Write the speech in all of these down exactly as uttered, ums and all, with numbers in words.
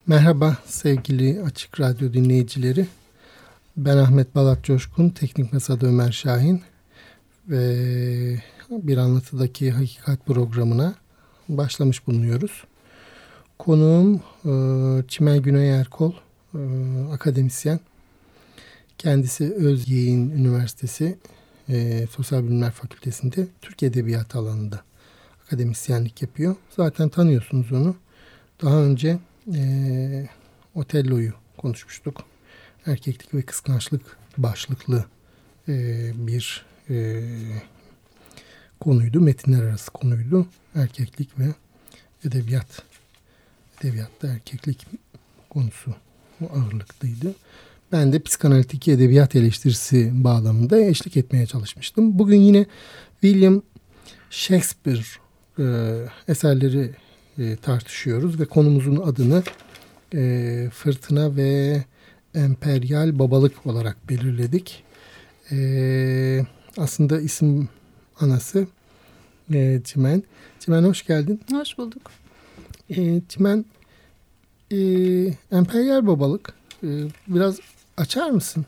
Merhaba sevgili Açık Radyo dinleyicileri. Ben Ahmet Balat Coşkun, Teknik Masa'da Ömer Şahin ve Bir Anlatıdaki Hakikat programına başlamış bulunuyoruz. Konuğum Çimen Güney Erkol, akademisyen. Kendisi Özyeğin Üniversitesi Sosyal Bilimler Fakültesi'nde Türk Edebiyatı alanında akademisyenlik yapıyor. Zaten tanıyorsunuz onu. Daha önce e, Otello'yu konuşmuştuk. Erkeklik ve kıskançlık başlıklı e, bir e, konuydu. Metinler arası konuydu. Erkeklik ve edebiyat. Edebiyatta erkeklik konusu ağırlıklıydı. Ben de psikanalitik edebiyat eleştirisi bağlamında eşlik etmeye çalışmıştım. Bugün yine William Shakespeare e, eserleri e, tartışıyoruz ve konumuzun adını e, fırtına ve emperyal babalık olarak belirledik. E, aslında isim anası e, Çimen. Çimen hoş geldin. Hoş bulduk. E, Çimen, e, emperyal babalık e, biraz açar mısın?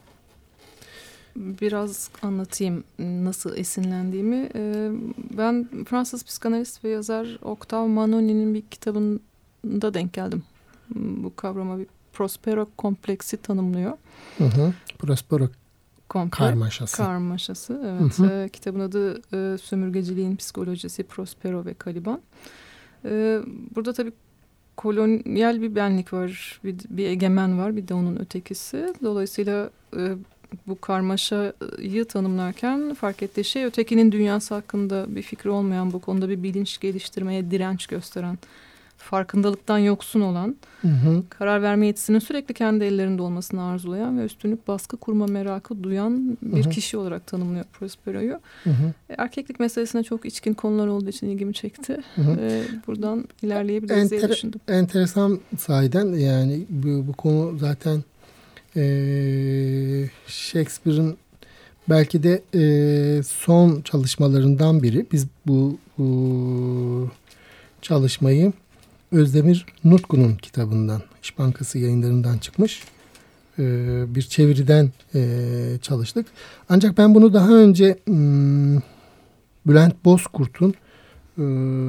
Biraz anlatayım nasıl esinlendiğimi. Ben Fransız psikanalist ve yazar Octave Manoni'nin bir kitabında denk geldim. Bu kavrama bir Prospero kompleksi tanımlıyor. Hı hı. Prospero Komple, karmaşası. Karmaşası, evet. Hı hı. Kitabın adı e, Sömürgeciliğin Psikolojisi, Prospero ve Caliban. E, burada tabii kolonyal bir benlik var, bir, bir egemen var, bir de onun ötekisi. Dolayısıyla e, bu karmaşayı tanımlarken fark ettiği şey ötekinin dünyası hakkında bir fikri olmayan, bu konuda bir bilinç geliştirmeye direnç gösteren, farkındalıktan yoksun olan, hı hı. karar verme yetisinin sürekli kendi ellerinde olmasını arzulayan ve üstünlük baskı kurma merakı duyan bir hı hı. kişi olarak tanımlıyor Prospero'yu. Hı hı. Erkeklik meselesine çok içkin konular olduğu için ilgimi çekti. Hı hı. Ve buradan ilerleyebiliriz Enter- diye düşündüm. Enteresan sahiden, yani bu, bu konu zaten Ee, Shakespeare'ın belki de e, son çalışmalarından biri. Biz bu, bu çalışmayı Özdemir Nutku'nun kitabından, İş Bankası yayınlarından çıkmış e, bir çeviriden e, çalıştık. Ancak ben bunu daha önce m, Bülent Bozkurt'un e,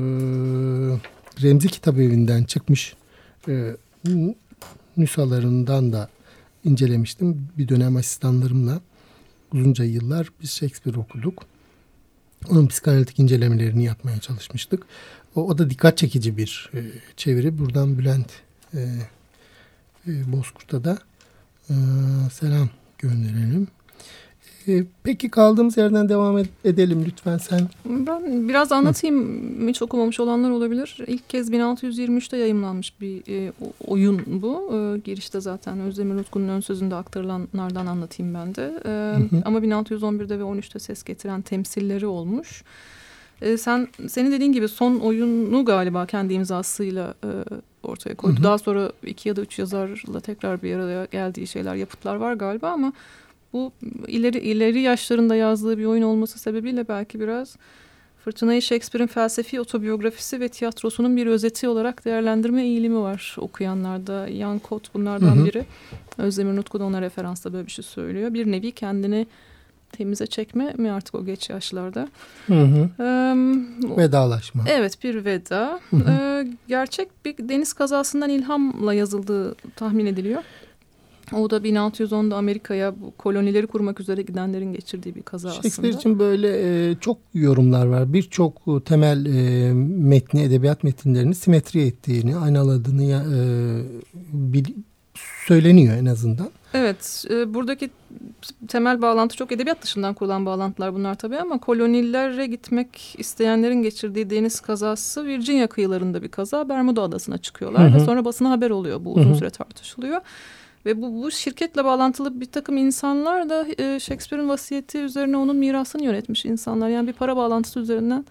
Remzi Kitabevi'nden çıkmış e, nüshalarından da incelemiştim. Bir dönem asistanlarımla uzunca yıllar biz Shakespeare okuduk. Onun psikanalitik incelemelerini yapmaya çalışmıştık. O, o da dikkat çekici bir e, çeviri. Buradan Bülent e, e, Bozkurt'a da e, selam gönderelim. E, peki kaldığımız yerden devam ed- edelim lütfen sen. Ben biraz anlatayım. Hı. Hiç okumamış olanlar olabilir. İlk kez bin altı yüz yirmi üçte yayımlanmış bir e, oyun bu. E, girişte zaten Özdemir Nutku'nun ön sözünde aktarılanlardan anlatayım ben de. E, hı hı. Ama bin altı yüz on birde ve on üçte ses getiren temsilleri olmuş. E, sen senin dediğin gibi son oyunu galiba kendi imzasıyla e, ortaya koydu. Hı hı. Daha sonra iki ya da üç yazarla tekrar bir araya geldiği şeyler, yapıtlar var galiba ama bu ileri ileri yaşlarında yazdığı bir oyun olması sebebiyle belki biraz Fırtınayı Shakespeare'in felsefi otobiyografisi ve tiyatrosunun bir özeti olarak değerlendirme eğilimi var okuyanlarda. Jan Kott bunlardan hı hı. biri. Özdemir Nutku da ona referansla böyle bir şey söylüyor. Bir nevi kendini temize çekme mi artık o geç yaşlarda? Hı hı. Ee, Vedalaşma. Evet, bir veda. Hı hı. Ee, gerçek bir deniz kazasından ilhamla yazıldığı tahmin ediliyor. O da bin altı yüz onda Amerika'ya bu kolonileri kurmak üzere gidenlerin geçirdiği bir kaza aslında. Shakespeare için böyle e, çok yorumlar var. Birçok temel e, metni, edebiyat metinlerini simetri ettiğini, aynaladığını e, bil, söyleniyor en azından. Evet, e, buradaki temel bağlantı çok edebiyat dışından kurulan bağlantılar bunlar tabii ama kolonilere gitmek isteyenlerin geçirdiği deniz kazası Virginia kıyılarında bir kaza. Bermuda Adası'na çıkıyorlar hı hı. ve sonra basına haber oluyor. Bu uzun hı hı. süre tartışılıyor. Ve bu, bu şirketle bağlantılı bir takım insanlar da e, Shakespeare'in vasiyeti üzerine onun mirasını yönetmiş insanlar. Yani bir para bağlantısı üzerinden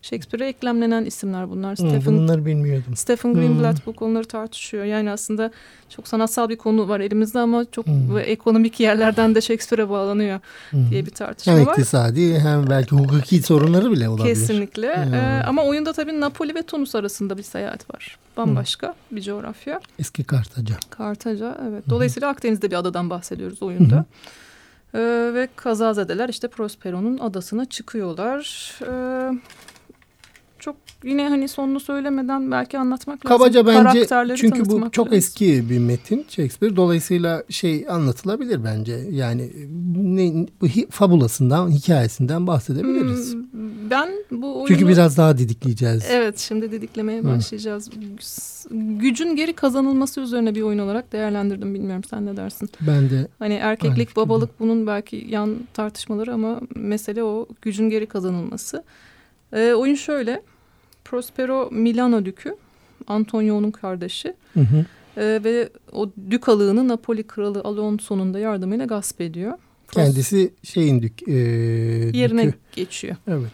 Shakespeare'e eklemlenen isimler bunlar. Hmm, Stephen, bunları bilmiyordum. Stephen Greenblatt hmm. bu konuları tartışıyor. Yani aslında çok sanatsal bir konu var elimizde ama çok hmm. ekonomik yerlerden de Shakespeare'e bağlanıyor hmm. diye bir tartışma hem var. Hem iktisadi hem belki hukuki sorunları bile olabilir. Kesinlikle. Hmm. Ee, ama oyunda tabii Napoli ve Tunus arasında bir seyahat var. Bambaşka hmm. bir coğrafya. Eski Kartaca. Kartaca, evet. Dolayısıyla hmm. Akdeniz'de bir adadan bahsediyoruz oyunda. Hmm. Ee, ve kazazedeler işte Prospero'nun adasına çıkıyorlar. Ee, çok yine hani sonunu söylemeden belki anlatmak Kabaca lazım. Bence çünkü bu çok lazım. Eski bir metin Shakespeare. Dolayısıyla şey anlatılabilir bence. Yani ne, bu hi, fabulasından, hikayesinden bahsedebiliriz. Hmm, ben bu oyunu... Çünkü biraz daha didikleyeceğiz. Evet, şimdi didiklemeye hmm. başlayacağız. Gücün geri kazanılması üzerine bir oyun olarak değerlendirdim. Bilmiyorum, sen ne dersin? Ben de. Hani erkeklik, babalık bunun belki yan tartışmaları ama mesele o gücün geri kazanılması. Ee, oyun şöyle. Prospero Milano Dükü, Antonio'nun kardeşi. Hı hı. Ee, ve o dükalığını Napoli kralı Alonso'nun da yardımıyla gasp ediyor. Pros- Kendisi şeyin dük, e, yerine dükü. geçiyor. Evet.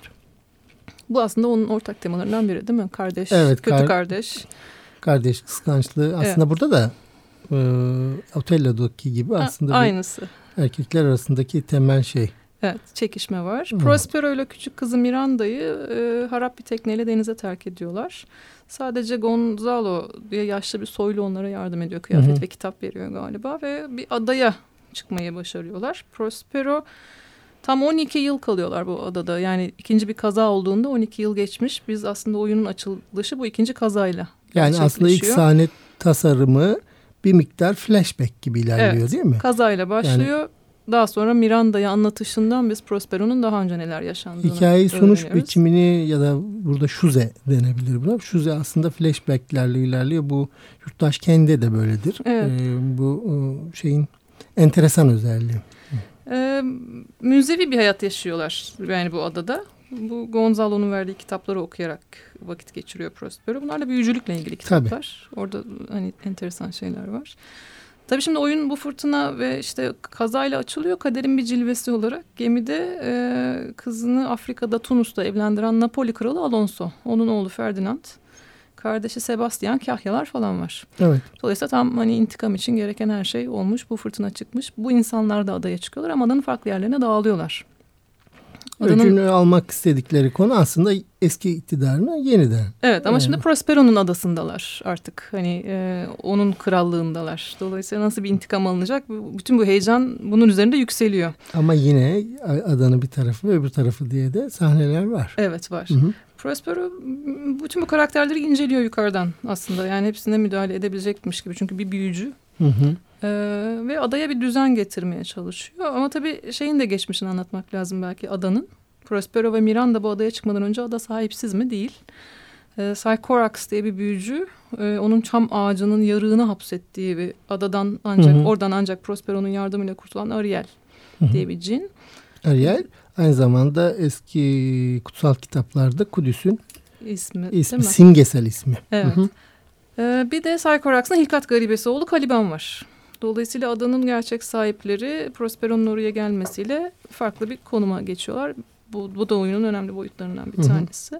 Bu aslında onun ortak temalarından biri değil mi? Kardeş, evet, kötü kar- kardeş. Kardeş kıskançlığı. Aslında evet. burada da e, Otello'daki gibi aslında A- aynısı. Erkekler arasındaki temel şey. Evet, çekişme var. Hmm. Prospero ile küçük kızı Miranda'yı e, harap bir tekneyle denize terk ediyorlar. Sadece Gonzalo diye yaşlı bir soylu onlara yardım ediyor. Kıyafet hmm. ve kitap veriyor galiba ve bir adaya çıkmayı başarıyorlar. Prospero tam on iki yıl kalıyorlar bu adada. Yani ikinci bir kaza olduğunda on iki yıl geçmiş. Biz aslında oyunun açılışı bu ikinci kazayla yani aslında ilk sahne tasarımı bir miktar flashback gibi ilerliyor, evet, değil mi? Kazayla başlıyor. Yani, daha sonra Miranda'ya anlatışından biz Prospero'nun daha önce neler yaşandığını hikayeyi sunuş biçimini ya da burada şuze denebilir buna. Şuze aslında flashbacklerle ilerliyor. Bu Yurttaş kendi de böyledir. Evet. Ee, bu şeyin enteresan özelliği. Ee, münzevi bir hayat yaşıyorlar yani bu adada. Bu Gonzalo'nun verdiği kitapları okuyarak vakit geçiriyor Prospero. Bunlar da büyücülükle ilgili kitaplar. Tabii. Orada hani enteresan şeyler var. Tabii şimdi oyun bu fırtına ve işte kazayla açılıyor. Kaderin bir cilvesi olarak gemide e, kızını Afrika'da Tunus'ta evlendiren Napoli kralı Alonso. Onun oğlu Ferdinand, kardeşi Sebastian, kahyalar falan var. Evet. Dolayısıyla tam hani intikam için gereken her şey olmuş. Bu fırtına çıkmış. Bu insanlar da adaya çıkıyorlar ama adanın farklı yerlerine dağılıyorlar. Adanın... Öcünü almak istedikleri konu aslında eski iktidarına yeniden. Evet ama yani. Şimdi Prospero'nun adasındalar artık. Hani e, onun krallığındalar. Dolayısıyla nasıl bir intikam alınacak? Bütün bu heyecan bunun üzerinde yükseliyor. Ama yine adanın bir tarafı ve öbür tarafı diye de sahneler var. Evet var. Hı hı. Prospero bütün bu karakterleri inceliyor yukarıdan aslında. Yani hepsine müdahale edebilecekmiş gibi. Çünkü bir büyücü. Hı hı. Ee, ve adaya bir düzen getirmeye çalışıyor. Ama tabii şeyin de geçmişini anlatmak lazım belki adanın. Prospero ve Miranda bu adaya çıkmadan önce ada sahipsiz mi? Değil. Ee, Sycorax diye bir büyücü e, onun çam ağacının yarığını hapsettiği bir adadan ancak hı hı. oradan ancak Prospero'nun yardımıyla kurtulan Ariel hı hı. diye bir cin. Ariel aynı zamanda eski kutsal kitaplarda Kudüs'ün ismi, ismi simgesel ismi. Evet. Hı hı. Ee, bir de Sycorax'ın hilkat garibesi oğlu Caliban var. Dolayısıyla adanın gerçek sahipleri Prospero'nun oraya gelmesiyle farklı bir konuma geçiyorlar. Bu, bu da oyunun önemli boyutlarından bir tanesi.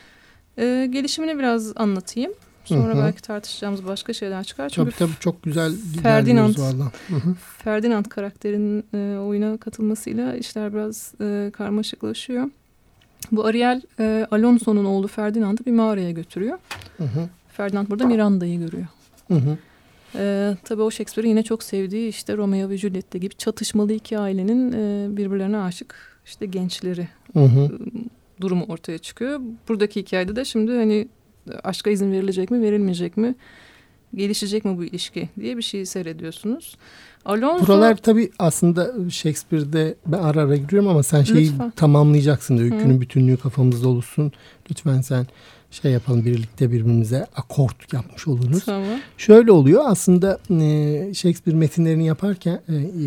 Ee, gelişimini biraz anlatayım. Sonra hı hı. belki tartışacağımız başka şeyler çıkar. Çünkü tabii tabii çok güzel Ferdinand, valla. Ferdinand karakterinin e, oyuna katılmasıyla işler biraz e, karmaşıklaşıyor. Bu Ariel e, Alonso'nun oğlu Ferdinand'ı bir mağaraya götürüyor. Hı hı. Ferdinand burada Miranda'yı görüyor. Hı hı. Ee, tabii o Shakespeare'in yine çok sevdiği işte Romeo ve Juliet'te gibi çatışmalı iki ailenin e, birbirlerine aşık işte gençleri hı hı. E, durumu ortaya çıkıyor. Buradaki hikayede de şimdi hani aşka izin verilecek mi verilmeyecek mi, gelişecek mi bu ilişki diye bir şey seyrediyorsunuz. Alonso... Buralar tabii aslında Shakespeare'de ben ara ara giriyorum ama sen şeyi lütfen tamamlayacaksın. Öykünün hı. bütünlüğü kafamızda olsun. Lütfen sen şey yapalım, birlikte birbirimize akort yapmış oluruz. Tamam. Şöyle oluyor aslında e, Shakespeare metinlerini yaparken e, e,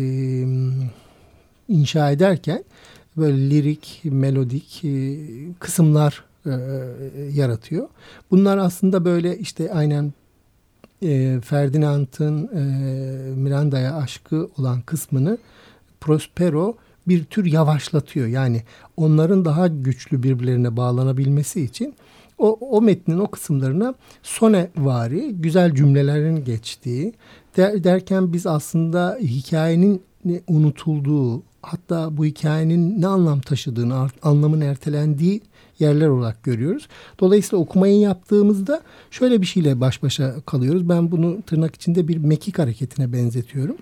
inşa ederken böyle lirik, melodik e, kısımlar e, yaratıyor. Bunlar aslında böyle işte aynen e, Ferdinand'ın e, Miranda'ya aşkı olan kısmını Prospero bir tür yavaşlatıyor. Yani onların daha güçlü birbirlerine bağlanabilmesi için o, o metnin o kısımlarına sonevari güzel cümlelerin geçtiği der, derken biz aslında hikayenin unutulduğu, hatta bu hikayenin ne anlam taşıdığını, anlamın ertelendiği yerler olarak görüyoruz. Dolayısıyla okumayı yaptığımızda şöyle bir şeyle baş başa kalıyoruz. Ben bunu tırnak içinde bir mekik hareketine benzetiyorum.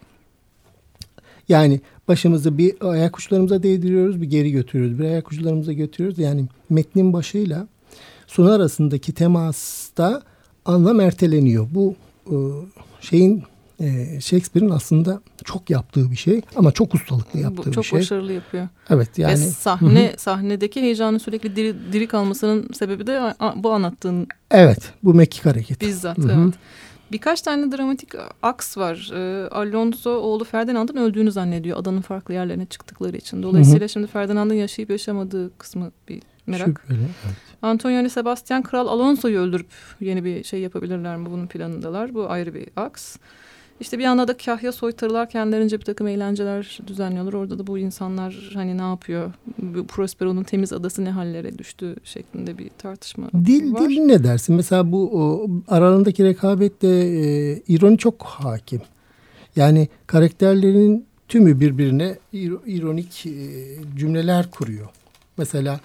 Yani başımızı bir ayak uçlarımıza değdiriyoruz, bir geri götürüyoruz, bir ayak uçlarımıza götürüyoruz. Yani metnin başıyla sonu arasındaki temasta anlam erteleniyor. Bu şeyin Shakespeare'in aslında çok yaptığı bir şey ama çok ustalıklı yaptığı çok bir şey. Çok başarılı yapıyor. Evet yani. Ve sahne hı-hı. sahnedeki heyecanın sürekli diri, diri kalmasının sebebi de bu anlattığın. Evet, bu mekik hareketi. Bizzat hı-hı. Evet. Birkaç tane dramatik aks var. E, Alonso oğlu Ferdinand'ın öldüğünü zannediyor adanın farklı yerlerine çıktıkları için. Dolayısıyla hı-hı. şimdi Ferdinand'ın yaşayıp yaşamadığı kısmı bir merak. Şüpheli, evet. Antonio ile Sebastian Kral Alonso'yu öldürüp yeni bir şey yapabilirler mi? Bunun planındalar. Bu ayrı bir aks. İşte bir anda da Kahya soytarılar kendilerince bir takım eğlenceler düzenliyorlar. Orada da bu insanlar hani ne yapıyor? Bu Prospero'nun temiz adası ne hallere düştü şeklinde bir tartışma dil, var. Dil ne dersin? Mesela bu o, aralarındaki rekabette e, ironi çok hakim. Yani karakterlerin tümü birbirine ironik e, cümleler kuruyor. Mesela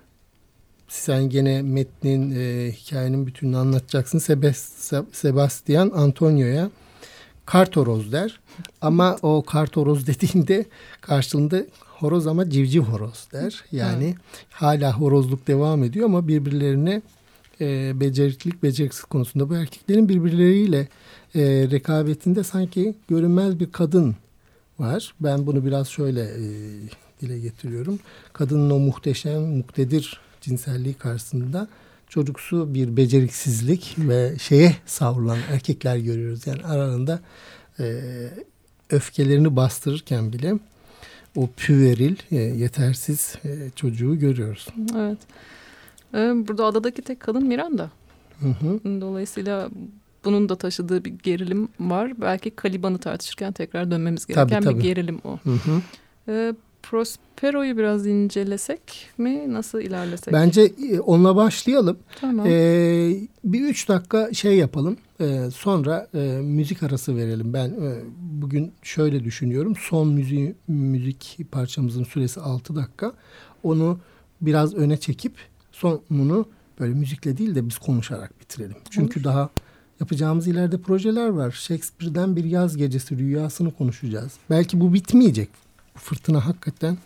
sen gene metnin, e, hikayenin bütününü anlatacaksın. Sebast- Sebastian Antonio'ya kartoroz der. Ama o kartoroz dediğinde karşılığında horoz ama civciv horoz der. Yani evet. hala horozluk devam ediyor ama birbirlerine e, beceriklilik, beceriksiz konusunda bu erkeklerin birbirleriyle e, rekabetinde sanki görünmez bir kadın var. Ben bunu biraz şöyle e, dile getiriyorum. Kadının o muhteşem, muktedir cinselliği karşısında çocuksu bir beceriksizlik ve şeye savrulan erkekler görüyoruz. Yani aralarında e, öfkelerini bastırırken bile o püveril, e, yetersiz e, çocuğu görüyoruz. Evet. Ee, burada adadaki tek kadın Miranda. Hı hı. Dolayısıyla bunun da taşıdığı bir gerilim var. Belki Caliban'ı tartışırken tekrar dönmemiz gereken tabii, tabii. bir gerilim o. Hı hı. Ee, Prospero'yu biraz incelesek mi? Nasıl ilerlesek? Bence onunla başlayalım. Tamam. Ee, bir üç dakika şey yapalım. Ee, sonra e, müzik arası verelim. Ben e, bugün şöyle düşünüyorum. Son müziği, müzik parçamızın süresi altı dakika. Onu biraz öne çekip sonunu böyle müzikle değil de biz konuşarak bitirelim. Çünkü Olur. daha yapacağımız ileride projeler var. Shakespeare'den bir yaz gecesi rüyasını konuşacağız. Belki bu bitmeyecek. Fırtına hakikaten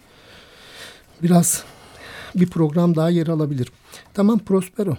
biraz bir program daha yer alabilir. Tamam, Prospero.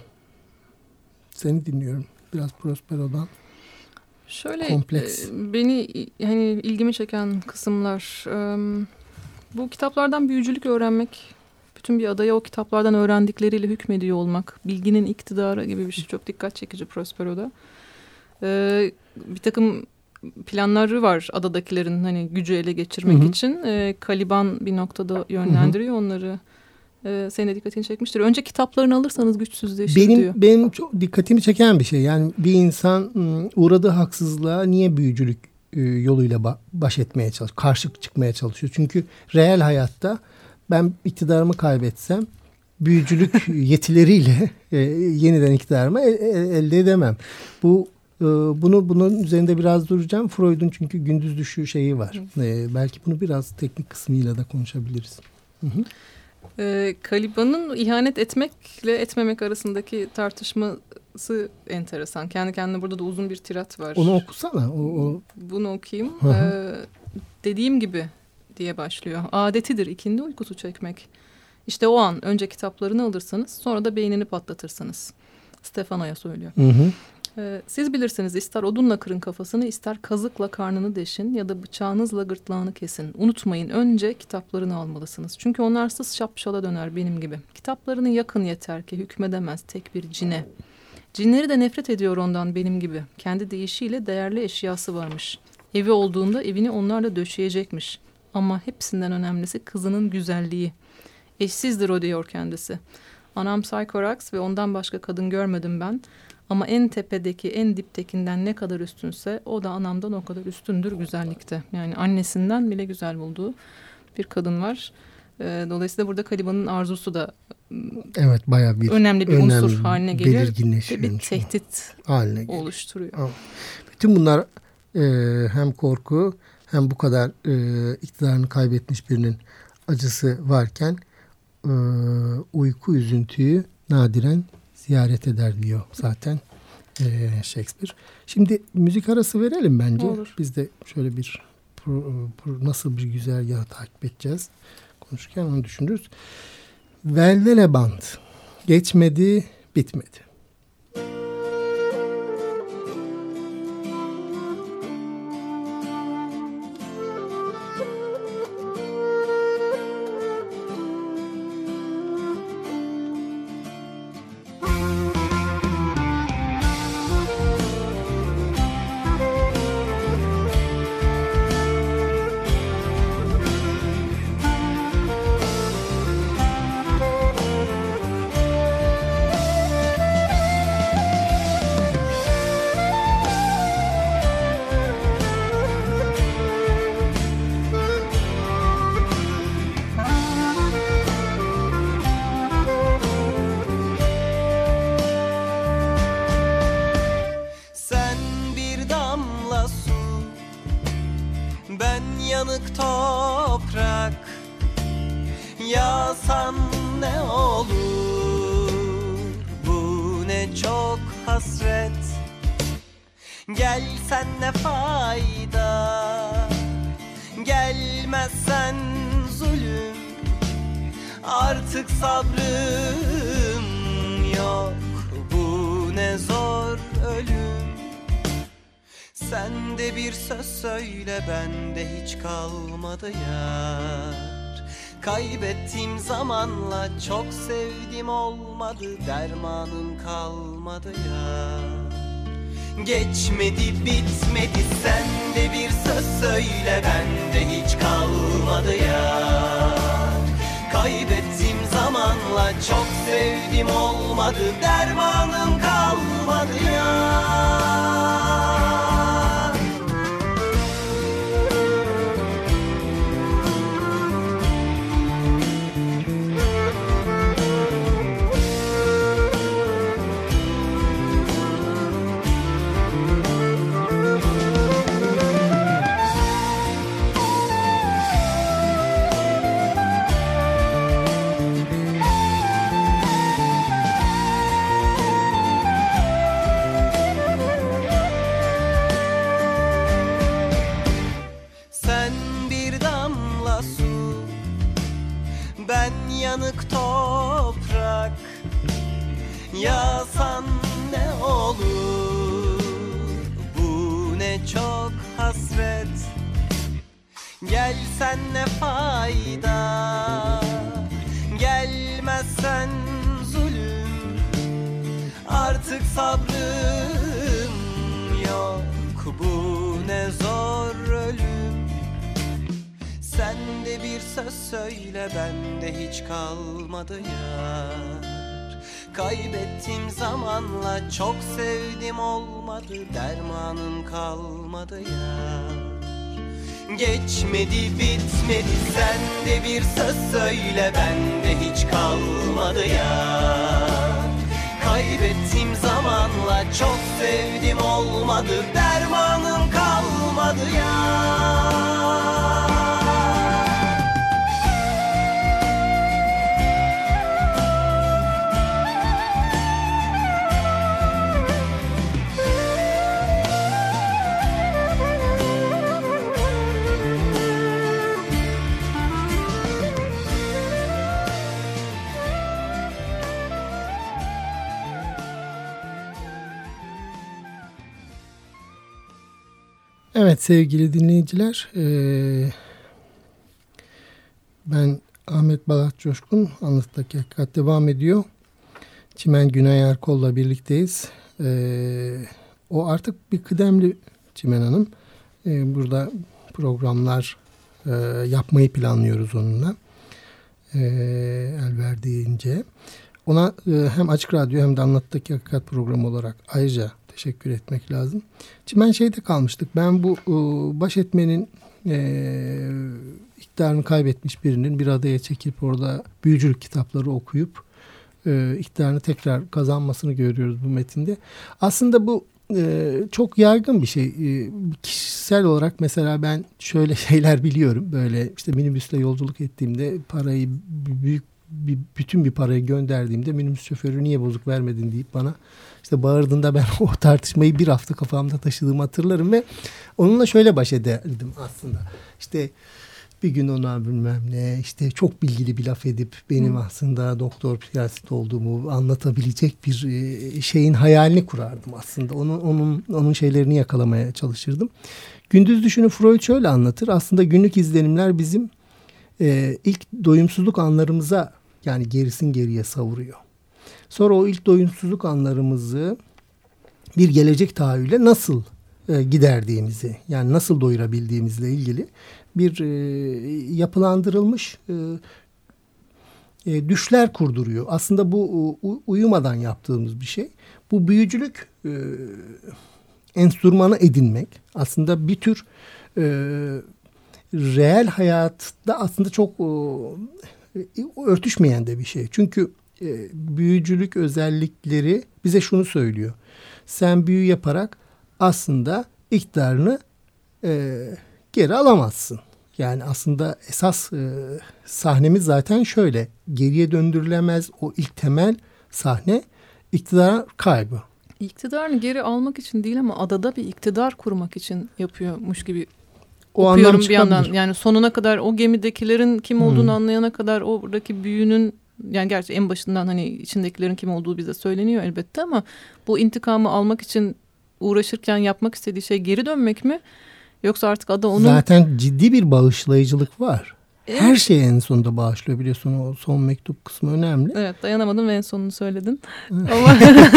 Seni dinliyorum. Biraz Prospero'dan. Şöyle kompleks. E, beni hani ilgimi çeken kısımlar e, bu kitaplardan büyücülük öğrenmek, bütün bir adaya o kitaplardan öğrendikleriyle hükmediyor olmak, bilginin iktidarı gibi bir şey çok dikkat çekici Prospero'da. E, bir takım planları var adadakilerin hani gücü ele geçirmek hı hı. için. E, Caliban bir noktada yönlendiriyor hı hı. onları. E, senin de dikkatini çekmiştir. Önce kitaplarını alırsanız güçsüzleşir benim, diyor. Benim çok dikkatimi çeken bir şey. Yani bir insan uğradığı haksızlığa niye büyücülük yoluyla baş etmeye çalışıyor? Karşı çıkmaya çalışıyor. Çünkü reel hayatta ben iktidarımı kaybetsem büyücülük yetileriyle e, yeniden iktidarımı elde edemem. Bu Bunu bunun üzerinde biraz duracağım. Freud'un çünkü gündüz düşüğü şeyi var. Ee, belki bunu biraz teknik kısmıyla da konuşabiliriz. Hı hı. Ee, Caliban'ın ihanet etmekle etmemek arasındaki tartışması enteresan. Kendi kendine burada da uzun bir tirat var. Onu okusana. O, o... Bunu okuyayım. Ee, dediğim gibi diye başlıyor. Adetidir ikindi uykusu çekmek. İşte o an önce kitaplarını alırsanız sonra da beynini patlatırsınız. Stefano'ya söylüyor. Hı hı. Siz bilirsiniz, ister odunla kırın kafasını, ister kazıkla karnını deşin ya da bıçağınızla gırtlağını kesin. Unutmayın, önce kitaplarını almalısınız. Çünkü onlarsız şapşala döner benim gibi. Kitaplarını yakın yeter ki hükmedemez tek bir cine. Cinleri de nefret ediyor ondan benim gibi. Kendi deyişiyle değerli eşyası varmış. Evi olduğunda evini onlarla döşeyecekmiş. Ama hepsinden önemlisi kızının güzelliği. Eşsizdir o diyor kendisi. Anam Sycorax ve ondan başka kadın görmedim ben. Ama en tepedeki, en diptekinden ne kadar üstünse o da anamdan o kadar üstündür güzellikte. Yani annesinden bile güzel bulduğu bir kadın var. Dolayısıyla burada Kaliba'nın arzusu da evet, bayağı bir önemli bir önemli, unsur haline geliyor. Belirginleşiyor. Bir tehdit haline oluşturuyor. Ama bütün bunlar e, hem korku hem bu kadar e, iktidarını kaybetmiş birinin acısı varken e, uyku üzüntüyü nadiren ziyaret eder diyor zaten e, Shakespeare. Şimdi müzik arası verelim bence. Olur. Biz de şöyle bir pro, pro, nasıl bir güzergahı takip edeceğiz konuşurken onu düşünürüz. Velvele Band. Geçmedi, bitmedi. yanık toprak, yağsan ne olur, bu ne çok hasret. Gelsen ne fayda, gelmezsen zulüm, artık sabrım yok, bu ne zor ölüm. Sen de bir söz söyle, bende hiç kalmadı yar. Kaybettiğim zamanla çok sevdim, olmadı, dermanım kalmadı yar. Geçmedi bitmedi, sen de bir söz söyle, bende hiç kalmadı yar. Kaybettiğim zamanla çok sevdim, olmadı, dermanım kalmadı yar. Yanık toprak, yağsan ne olur, bu ne çok hasret. Gelsen ne fayda, gelmezsen zulüm, artık sabrım yok, bu ne zor ölüm. Sen de bir söz söyle, bende hiç kalmadı yar. Kaybettiğim zamanla çok sevdim, olmadı, dermanım kalmadı yar. Geçmedi bitmedi, sen de bir söz söyle, bende hiç kalmadı yar. Kaybettiğim zamanla çok sevdim, olmadı, dermanım kalmadı yar. Evet sevgili dinleyiciler, ee, ben Ahmet Balat Coşkun, Anlatıdaki Hakikat devam ediyor. Çimen Günay Erkol'la birlikteyiz. Ee, o artık bir kıdemli Çimen Hanım. Ee, burada programlar e, yapmayı planlıyoruz onunla. Ee, el verdiğince. Ona e, hem Açık Radyo hem de Anlatıdaki Hakikat programı olarak ayrıca teşekkür etmek lazım. Çimen şeyde kalmıştık. Ben bu e, baş etmenin e, iktidarını kaybetmiş birinin bir adaya çekip orada büyücülük kitapları okuyup e, iktidarını tekrar kazanmasını görüyoruz bu metinde. Aslında bu e, çok yaygın bir şey. E, kişisel olarak mesela ben şöyle şeyler biliyorum. Böyle işte minibüsle yolculuk ettiğimde parayı büyük bir, bütün bir parayı gönderdiğimde minibüs şoförü niye bozuk vermedin deyip bana işte bağırdığında ben o tartışmayı bir hafta kafamda taşıdığımı hatırlarım ve onunla şöyle baş ederdim aslında. İşte bir gün ona bilmem ne işte çok bilgili bir laf edip benim Hı. aslında doktor psikiyatrist olduğumu anlatabilecek bir şeyin hayalini kurardım aslında. Onun onun onun şeylerini yakalamaya çalışırdım. Gündüz düşünü Freud şöyle anlatır. Aslında günlük izlenimler bizim e, ilk doyumsuzluk anlarımıza yani gerisin geriye savuruyor. Sonra o ilk doyumsuzluk anlarımızı bir gelecek tahayyüle nasıl e, giderdiğimizi yani nasıl doyurabildiğimizle ilgili bir e, yapılandırılmış e, e, düşler kurduruyor. Aslında bu u, uyumadan yaptığımız bir şey. Bu büyücülük e, enstrümanı edinmek aslında bir tür e, reel hayatta aslında çok e, örtüşmeyen de bir şey. Çünkü e, büyücülük özellikleri bize şunu söylüyor. Sen büyü yaparak aslında iktidarını e, geri alamazsın. Yani aslında esas e, sahnemiz zaten şöyle. Geriye döndürülemez o ilk temel sahne iktidar kaybı. İktidarını geri almak için değil ama adada bir iktidar kurmak için yapıyormuş gibi o okuyorum bir yandan. Yani sonuna kadar o gemidekilerin kim olduğunu hmm. anlayana kadar oradaki büyünün yani gerçi en başından hani içindekilerin kim olduğu bize söyleniyor elbette ama bu intikamı almak için uğraşırken yapmak istediği şey geri dönmek mi? Yoksa artık ada onun... Zaten ciddi bir bağışlayıcılık var. Evet. Her şeyi en sonunda bağışlıyor biliyorsun o son mektup kısmı önemli. Evet dayanamadım ve en sonunu söyledin. ama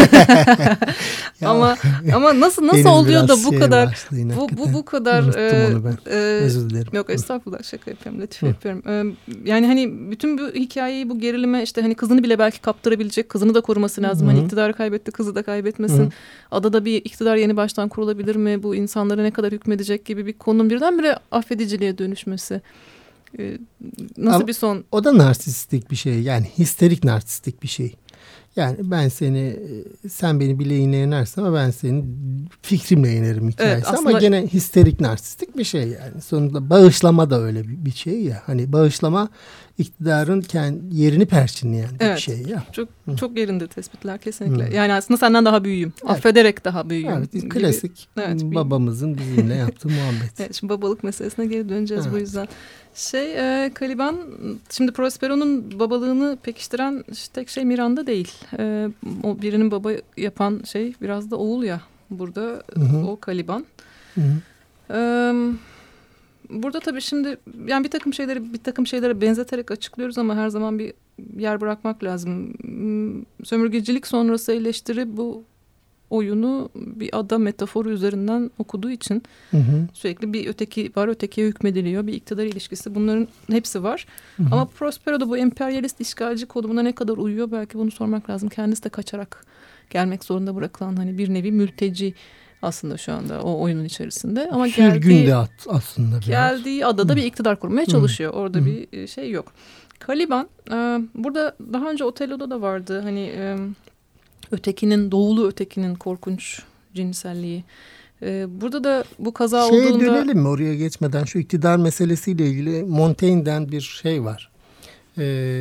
ama ama nasıl nasıl oluyor da bu şey kadar bu, bu bu kadar e, onu ben. E, Özür dilerim. Yok estağfurullah şaka yapıyorum lütfen yapıyorum. E, yani hani bütün bu hikayeyi bu gerilime işte hani kızını bile belki kaptırabilecek kızını da koruması lazım. Hı-hı. Hani iktidarı kaybetti kızı da kaybetmesin. Hı-hı. Adada bir iktidar yeni baştan kurulabilir mi? Bu insanlara ne kadar hükmedecek gibi bir konunun birdenbire affediciliğe dönüşmesi. Nasıl Ama bir son? O da narsistik bir şey. Yani histerik narsistik bir şey. Yani ben seni, sen beni bileğine yenersin ama ben seni fikrimle yenerim hikayesi. Evet, aslında... Ama gene histerik narsistik bir şey yani. Sonunda bağışlama da öyle bir, bir şey ya. Hani bağışlama iktidarın kendi yerini perçinleyen evet, bir şey ya. Çok Hı. çok yerinde tespitler kesinlikle. Hı. Yani aslında senden daha büyüğüm. Evet. Affederek daha büyüğüm. Evet, klasik evet, babamızın bizimle yaptığı muhabbet. Evet, şimdi babalık meselesine geri döneceğiz evet. bu yüzden. Şey e, Caliban şimdi Prospero'nun babalığını pekiştiren tek şey Miranda değil. E, o birinin baba yapan şey biraz da oğul ya burada Hı-hı. o Caliban. E, burada tabii şimdi yani bir takım şeyleri bir takım şeylere benzeterek açıklıyoruz ama her zaman bir yer bırakmak lazım. Sömürgecilik sonrası eleştiri bu oyunu bir ada metaforu üzerinden okuduğu için hı hı. sürekli bir öteki var, ötekiye hükmediliyor. Bir iktidar ilişkisi. Bunların hepsi var. Hı hı. Ama Prospero'da bu emperyalist işgalci koduna ne kadar uyuyor? Belki bunu sormak lazım. Kendisi de kaçarak gelmek zorunda bırakılan hani bir nevi mülteci aslında şu anda o oyunun içerisinde. Ama geldiği, aslında biraz. geldiği adada hı. bir iktidar kurmaya çalışıyor. Hı. Orada hı. bir şey yok. Caliban burada daha önce Otello'da da vardı. Hani ötekinin, doğulu ötekinin korkunç cinselliği. Ee, burada da bu kaza Şeye olduğunda... dönelim mi oraya geçmeden? Şu iktidar meselesiyle ilgili Montaigne'den bir şey var. Ee,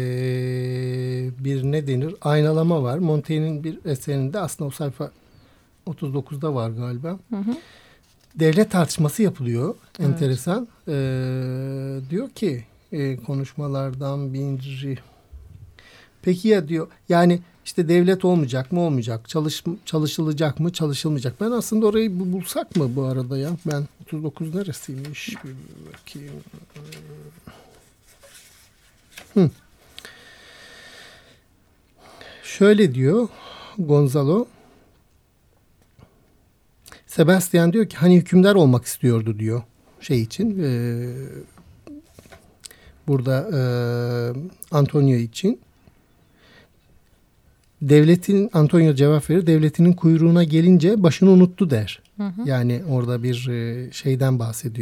bir ne denir? Aynalama var. Montaigne'in bir eserinde aslında o sayfa otuz dokuzda var galiba. Hı hı. Devlet tartışması yapılıyor. Evet. Enteresan. Ee, diyor ki e, konuşmalardan biri... Peki ya diyor yani işte devlet olmayacak mı olmayacak çalış, çalışılacak mı çalışılmayacak. Ben aslında orayı bulsak mı bu arada ya ben otuz dokuz neresiymiş bir bakayım. Hı. Şöyle diyor Gonzalo. Sebastian diyor ki hani hükümdar olmak istiyordu diyor şey için e, burada e, Antonio için. Devletin Antonio cevap verir. Devletinin kuyruğuna gelince başını unuttu der. Hı hı. Yani orada bir şeyden bahsediyor.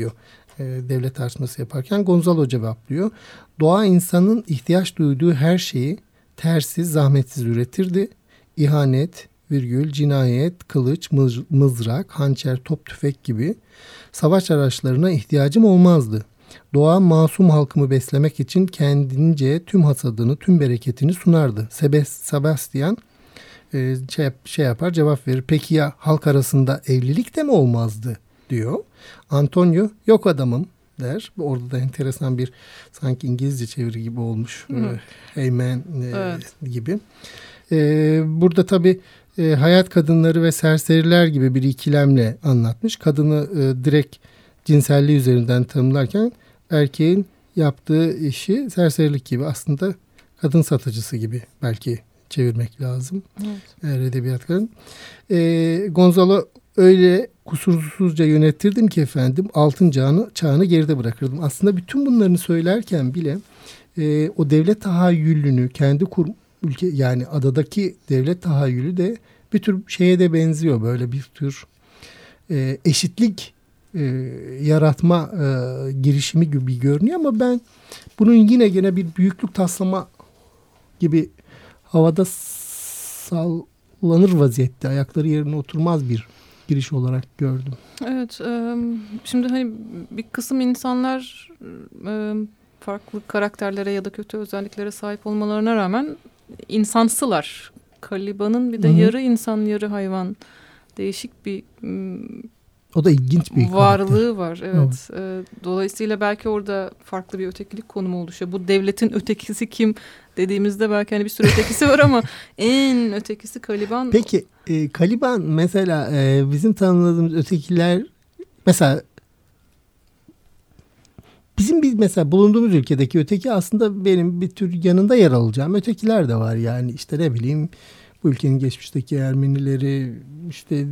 e, devlet tartışması yaparken Gonzalo cevaplıyor. Doğa insanın ihtiyaç duyduğu her şeyi tersiz, zahmetsiz üretirdi. İhanet, virgül, cinayet, kılıç, mız- mızrak, hançer, top, tüfek gibi savaş araçlarına ihtiyacım olmazdı. Doğa masum halkımı beslemek için kendince tüm hasadını, tüm bereketini sunardı. Sebes, Sebastian e, şey, şey yapar, cevap verir. Peki ya halk arasında evlilik de mi olmazdı diyor. Antonio yok adamım der. Orada da enteresan bir sanki İngilizce çeviri gibi olmuş. Hı. Hey man e, evet. gibi. E, burada tabii e, hayat kadınları ve serseriler gibi bir ikilemle anlatmış. Kadını e, direkt cinselliği üzerinden tanımlarken erkeğin yaptığı işi serserilik gibi, aslında kadın satıcısı gibi belki çevirmek lazım. Evet. Eğer edebiyatların. E, Gonzalo öyle kusursuzca yönettirdim ki efendim altın çağını, çağını geride bırakırdım. Aslında bütün bunlarını söylerken bile e, o devlet tahayyülünü kendi kur, ülke yani adadaki devlet tahayyülü de bir tür şeye de benziyor. Böyle bir tür e, eşitlik e, yaratma e, girişimi gibi görünüyor ama ben bunun yine gene bir büyüklük taslama gibi havada sallanır vaziyette, ayakları yerine oturmaz bir giriş olarak gördüm. Evet, e, şimdi hani bir kısım insanlar e, farklı karakterlere ya da kötü özelliklere sahip olmalarına rağmen insansılar. Caliban'ın bir de Hı-hı. yarı insan yarı hayvan değişik bir o da ilginç bir varlığı karakter. Var. Evet. evet. Dolayısıyla belki orada farklı bir ötekilik konumu oluşuyor. Bu devletin ötekisi kim dediğimizde belki hani bir sürü ötekisi var ama en ötekisi Caliban. Peki e, Caliban mesela e, bizim tanımladığımız ötekiler mesela bizim bir mesela bulunduğumuz ülkedeki öteki aslında benim bir tür yanında yer alacağım ötekiler de var. Yani işte ne bileyim bu ülkenin geçmişteki Ermenileri, işte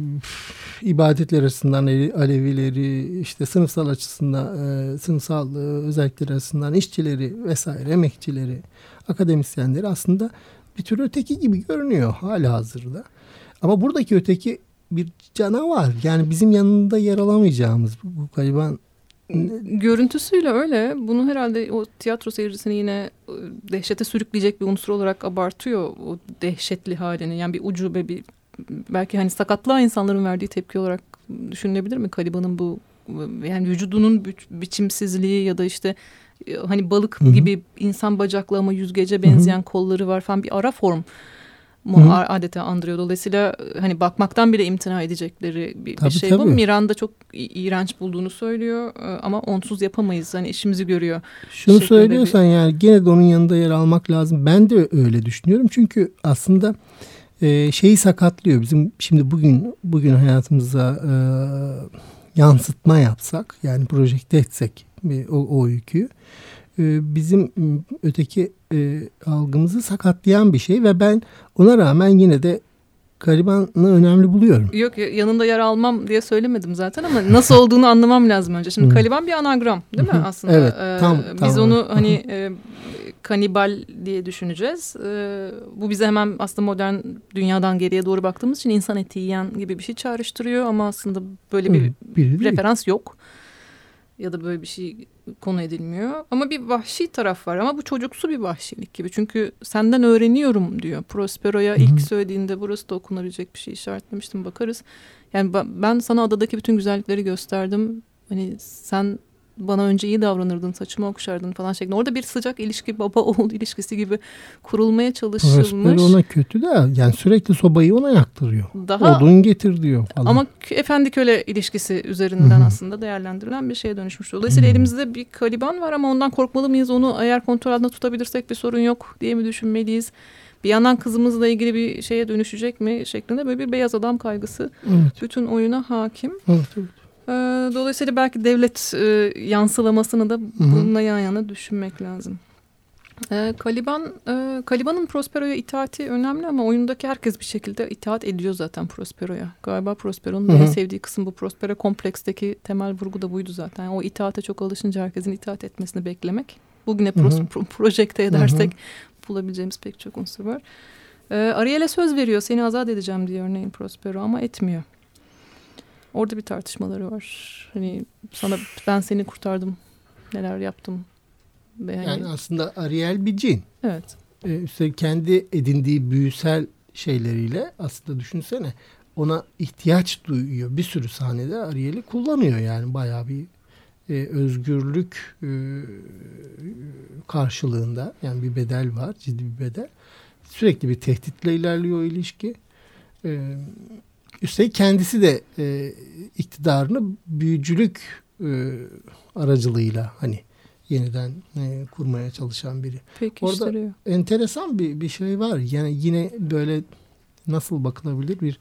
ibadetler açısından Alevileri, işte sınıfsal açısından e, sınıfsal e, özellikler açısından işçileri vesaire, emekçileri, akademisyenleri aslında bir tür öteki gibi görünüyor halihazırda. Ama buradaki öteki bir canavar. Yani bizim yanında yer alamayacağımız bu Caliban. Görüntüsüyle öyle. Bunu herhalde o tiyatro seyircisini yine dehşete sürükleyecek bir unsur olarak abartıyor. O dehşetli halini. Yani bir ucube, bir belki hani sakatlığa insanların verdiği tepki olarak düşünülebilir mi? Caliban'ın bu yani vücudunun bi- biçimsizliği ya da işte hani balık Hı-hı. gibi insan bacaklı ama yüzgece benzeyen Hı-hı. kolları var falan, bir ara form mu adeta andırıyor. Dolayısıyla hani bakmaktan bile imtina edecekleri bir, bir şey tabii. bu. Miranda çok iğrenç bulduğunu söylüyor ama onsuz yapamayız. Hani işimizi görüyor. Şunu söylüyorsan bir... yani gene de onun yanında yer almak lazım. Ben de öyle düşünüyorum. Çünkü aslında e, şeyi sakatlıyor. Bizim şimdi bugün bugün hayatımıza e, yansıtma yapsak, yani projekte etsek o, o öyküyü, bizim öteki e, algımızı sakatlayan bir şey ve ben ona rağmen yine de Caliban'ı önemli buluyorum. Yok, yanında yer almam diye söylemedim zaten ama nasıl olduğunu anlamam lazım önce. Şimdi Caliban bir anagram değil mi aslında? Evet, tam, ee, tam biz onu hani e, kanibal diye düşüneceğiz. E, bu bize hemen aslında modern dünyadan geriye doğru baktığımız için insan eti yiyen gibi bir şey çağrıştırıyor ama aslında böyle bir, bir referans yok. Ya da böyle bir şey konu edilmiyor. Ama bir vahşi taraf var. Ama bu çocuksu bir vahşilik gibi. Çünkü senden öğreniyorum diyor. Prospero'ya Hı-hı. ilk söylediğinde burası da okunabilecek bir şey işaretlemiştim. Bakarız. Yani ben sana adadaki bütün güzellikleri gösterdim. Hani sen bana önce iyi davranırdın, saçımı okşardın falan şeklinde. Orada bir sıcak ilişki, baba oğul ilişkisi gibi kurulmaya çalışılmış. Prospero ona kötü de yani sürekli sobayı ona yaktırıyor. Daha, odun getir diyor falan. Ama efendi köle ilişkisi üzerinden Hı-hı. aslında değerlendirilen bir şeye dönüşmüş. Dolayısıyla Hı-hı. elimizde bir Caliban var ama ondan korkmalı mıyız? Onu eğer kontrol altında tutabilirsek bir sorun yok diye mi düşünmeliyiz? Bir yandan kızımızla ilgili bir şeye dönüşecek mi şeklinde böyle bir beyaz adam kaygısı evet. bütün oyuna hakim. Evet, evet. Dolayısıyla belki devlet e, yansılamasını da bununla yan yana düşünmek lazım. E, Caliban, e, Caliban'ın Prospero'ya itaati önemli ama oyundaki herkes bir şekilde itaat ediyor zaten Prospero'ya. Galiba Prospero'nun en sevdiği kısım bu. Prospero kompleksteki temel vurgu da buydu zaten. Yani o itaate çok alışınca herkesin itaat etmesini beklemek. Bugüne pro- pro- projekte edersek Hı-hı. bulabileceğimiz pek çok unsur var. E, Ariel'e söz veriyor, seni azat edeceğim diyor örneğin Prospero ama etmiyor. Orada bir tartışmaları var. Hani sana ben seni kurtardım, neler yaptım. Yani, yani aslında Ariel bir cin. Evet. Ee, üstelik kendi edindiği büyüsel şeyleriyle aslında düşünsene ona ihtiyaç duyuyor. Bir sürü sahnede Ariel'i kullanıyor yani bayağı bir e, özgürlük e, karşılığında yani bir bedel var, ciddi bir bedel. Sürekli bir tehditle ilerliyor o ilişki. E, üstelik kendisi de e, iktidarını büyücülük e, aracılığıyla hani yeniden e, kurmaya çalışan biri. Pekiştiriyor. Orada enteresan bir bir şey var. Yani yine böyle nasıl bakılabilir bir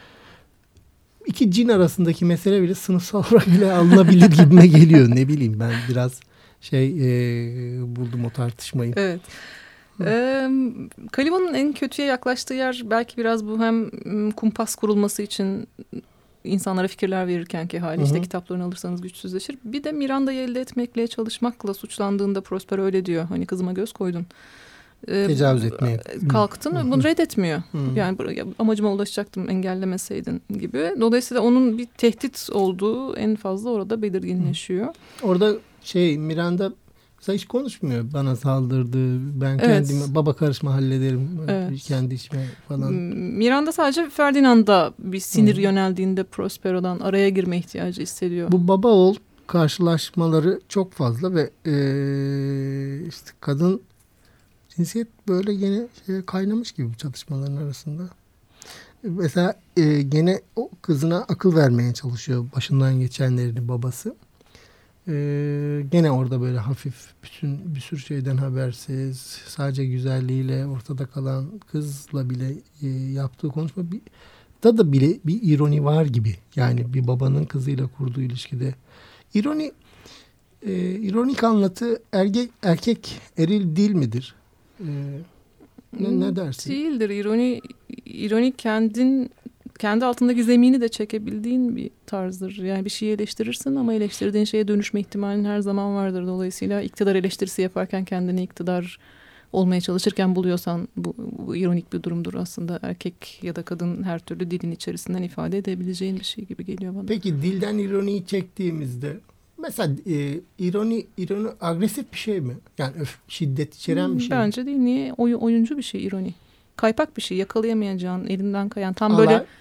iki cin arasındaki mesele bile sınıfsal olarak bile alınabilir gibime geliyor. Ne bileyim ben biraz şey e, buldum o tartışmayı. Evet. Ee, Caliba'nın en kötüye yaklaştığı yer belki biraz bu hem kumpas kurulması için insanlara fikirler verirken ki hali, işte kitaplarını alırsanız güçsüzleşir. Bir de Miranda'yı elde etmekle çalışmakla suçlandığında Prosper öyle diyor. Hani kızıma göz koydun. Ee, Tecavüz etmeye kalktın ve bunu reddetmiyor. Hı-hı. Yani amacıma ulaşacaktım engellemeseydin gibi. Dolayısıyla onun bir tehdit olduğu en fazla orada belirginleşiyor. Hı. Orada şey Miranda mesela hiç konuşmuyor. Bana saldırdı. Ben evet. kendime baba karışma hallederim. Evet. Kendi işime falan. Miranda sadece Ferdinand'a bir sinir Hı. yöneldiğinde Prospero'dan araya girme ihtiyacı hissediyor. Bu baba oğul karşılaşmaları çok fazla ve e, işte kadın cinsiyet böyle gene şey kaynamış gibi bu çatışmaların arasında. Mesela e, gene o kızına akıl vermeye çalışıyor başından geçenlerini babası. E, gene orada böyle hafif bütün bir sürü şeyden habersiz, sadece güzelliğiyle ortada kalan kızla bile e, yaptığı konuşma bir da da bile bir ironi var gibi. Yani bir babanın kızıyla kurduğu ilişkide ironi e, ironik anlatı erkek erkek eril değil midir? Ee, ne, ne dersin? Değildir. İroni, ironi kendin kendi altındaki zemini de çekebildiğin bir tarzdır. Yani bir şeyi eleştirirsin ama eleştirdiğin şeye dönüşme ihtimalin her zaman vardır. Dolayısıyla iktidar eleştirisi yaparken kendini iktidar olmaya çalışırken buluyorsan bu, bu ironik bir durumdur aslında. Erkek ya da kadın her türlü dilin içerisinden ifade edebileceğin bir şey gibi geliyor bana. Peki dilden ironiyi çektiğimizde mesela e, ironi ironi agresif bir şey mi? Yani öf, şiddet içeren bir şey Bence mi? değil. Niye? Oy, oyuncu bir şey ironi. Kaypak bir şey. Yakalayamayacağın, elinden kayan. Tam Alay. böyle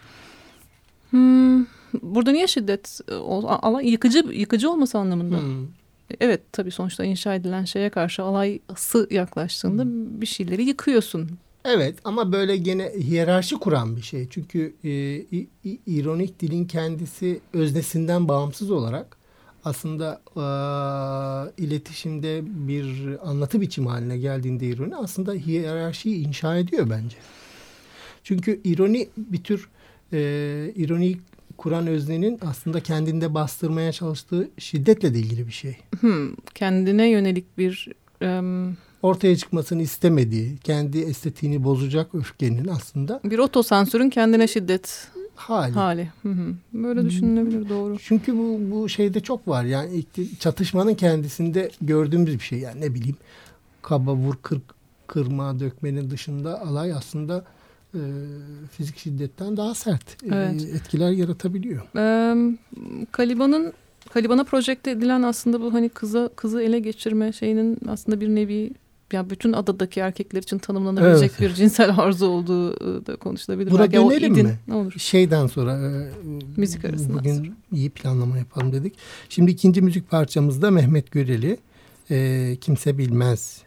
hmm, burada niye şiddet? Alay yıkıcı yıkıcı olması anlamında. Hmm. Evet tabii sonuçta inşa edilen şeye karşı alaysı yaklaştığında hmm. bir şeyleri yıkıyorsun. Evet ama böyle gene hiyerarşi kuran bir şey. Çünkü e, i, i, ironik dilin kendisi öznesinden bağımsız olarak aslında e, iletişimde bir anlatı biçimi haline geldiğinde ironi aslında hiyerarşiyi inşa ediyor bence. Çünkü ironi bir tür e, ironiyi kuran öznenin aslında kendinde bastırmaya çalıştığı şiddetle de ilgili bir şey. Hmm, kendine yönelik bir um... ortaya çıkmasını istemediği, kendi estetiğini bozacak öfkenin aslında bir otosansürün kendine şiddet hali. hali. Hı hı. Böyle düşünülebilir, doğru. Çünkü bu bu şeyde çok var. Yani çatışmanın kendisinde gördüğümüz bir şey. Yani ne bileyim kaba vur kır, kırma dökmenin dışında alay aslında e, fizik şiddetten daha sert evet. e, etkiler yaratabiliyor. Ee, Caliba'nın Caliba'na projekte edilen aslında bu hani kıza kızı ele geçirme şeyinin aslında bir nevi ya bütün adadaki erkekler için tanımlanabilecek evet. bir cinsel arzu olduğu da konuşulabilir. Buna dönelim mi? Ne olur. Şeyden sonra e, müzik arasında bugün sonra. iyi planlama yapalım dedik. Şimdi ikinci müzik parçamızda Mehmet Göreli e, Kimse Bilmez.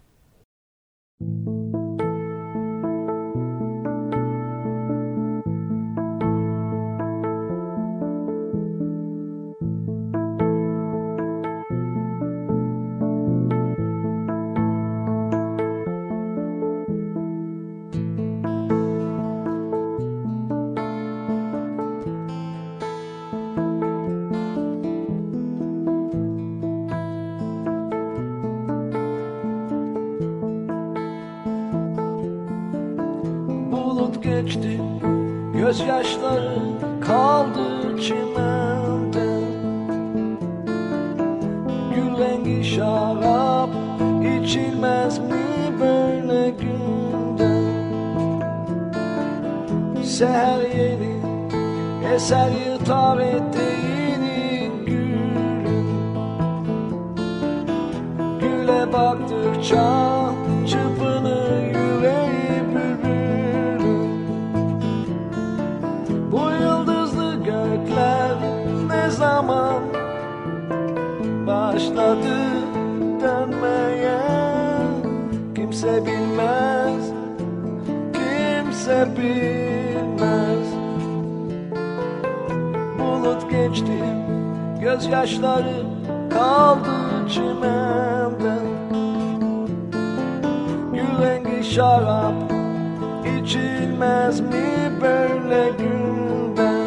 Geçti, gözyaşları kaldı çimende. Gül rengi şarap içilmez mi böyle günde? Seher yeni eser yırt yırtar eteğini gülüm. Güle baktıkça çırpınır yüreği bülbülüm. Bu yıldızlı gökler ne zaman başladı dönmeye? Kimse bilmez, kimse bilmez. Bulut geçti, gözyaşları kaldı çimenden. Gül rengi şarap içilmez mi böyle günden?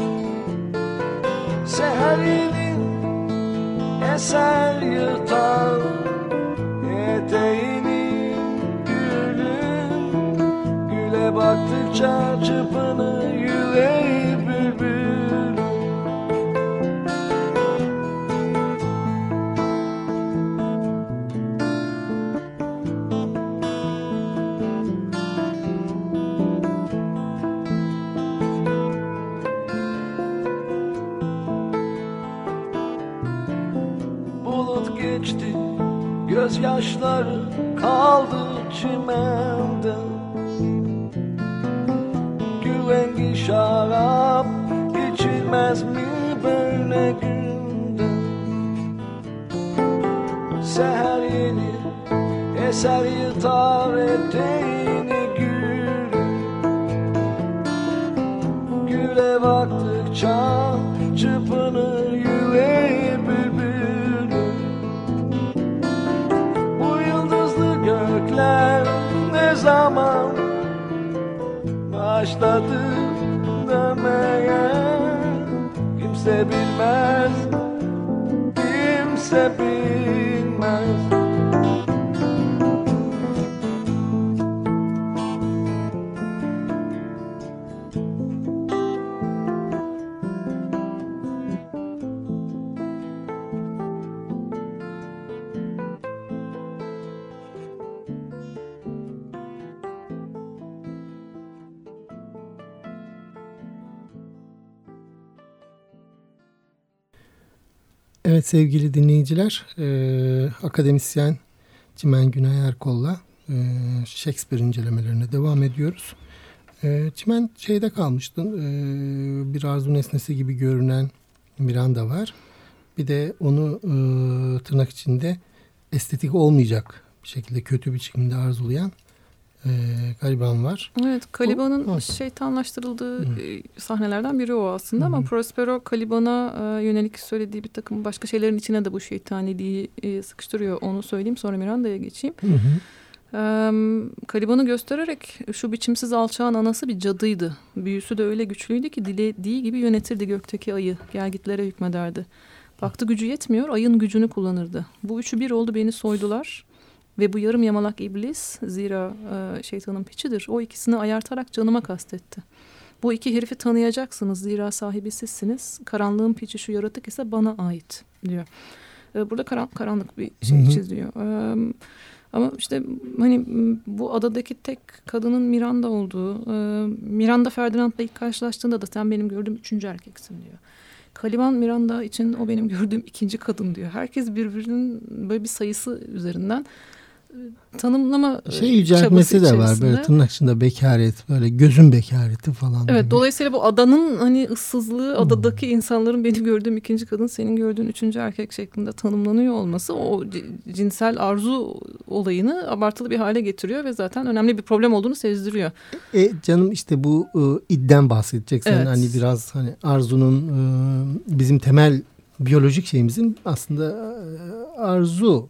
Seherinin eser yırtar eteğini gülün. Güle baktıkça çırpınır yüreği bülbül. Bulut geçti, gözyaşları kaldı çimende. Gül rengi şarap içilmez mi böyle günde? Seher yeni eser yırtar eteğini gül. Güle baktıkça çırpınır yüreği bülbül. Bu yıldızlı gökler ne zaman başladı dönmeye? Kimse bilmez, kimse bilmez. Evet sevgili dinleyiciler, e, akademisyen Çimen Günay Erkol'la e, Shakespeare incelemelerine devam ediyoruz. E, Çimen şeyde kalmıştın, e, bir arzu nesnesi gibi görünen Miranda var. Bir de onu e, tırnak içinde estetik olmayacak bir şekilde kötü bir şekilde arzulayan e, Caliban var. Evet, Caliban'ın o, şeytanlaştırıldığı Hı. sahnelerden biri o aslında. Hı. Ama Prospero Caliban'a e, yönelik söylediği bir takım başka şeylerin içine de bu şeytaniliği e, sıkıştırıyor. Onu söyleyeyim, sonra Miranda'ya geçeyim. Hı hı. E, Caliban'ı göstererek şu biçimsiz alçağın anası bir cadıydı. Büyüsü de öyle güçlüydü ki dilediği gibi yönetirdi gökteki ayı. Gelgitlere hükmederdi. Baktı gücü yetmiyor, ayın gücünü kullanırdı. Bu üçü bir oldu, beni soydular. Ve bu yarım yamalak iblis, zira e, şeytanın piçidir, o ikisini ayartarak canıma kastetti. Bu iki herifi tanıyacaksınız, zira sahibi sizsiniz. Karanlığın piçi şu yaratık ise bana ait diyor. E, burada karan, karanlık bir şey çiziyor. E, ama işte hani bu adadaki tek kadının Miranda olduğu, e, Miranda Ferdinand'la ilk karşılaştığında da sen benim gördüğüm üçüncü erkeksin diyor. Caliban Miranda için o benim gördüğüm ikinci kadın diyor. Herkes birbirinin böyle bir sayısı üzerinden tanımlama şey yüceltmesi de var böyle tırnak içinde bekaret, böyle gözün bekareti falan. Evet gibi. Dolayısıyla bu adanın hani ıssızlığı, adadaki hmm. insanların benim gördüğüm ikinci kadın, senin gördüğün üçüncü erkek şeklinde tanımlanıyor olması o cinsel arzu olayını abartılı bir hale getiriyor ve zaten önemli bir problem olduğunu sezdiriyor. E, canım işte bu e, idden bahsedeceksen evet. Hani biraz hani arzunun e, bizim temel biyolojik şeyimizin aslında e, arzu.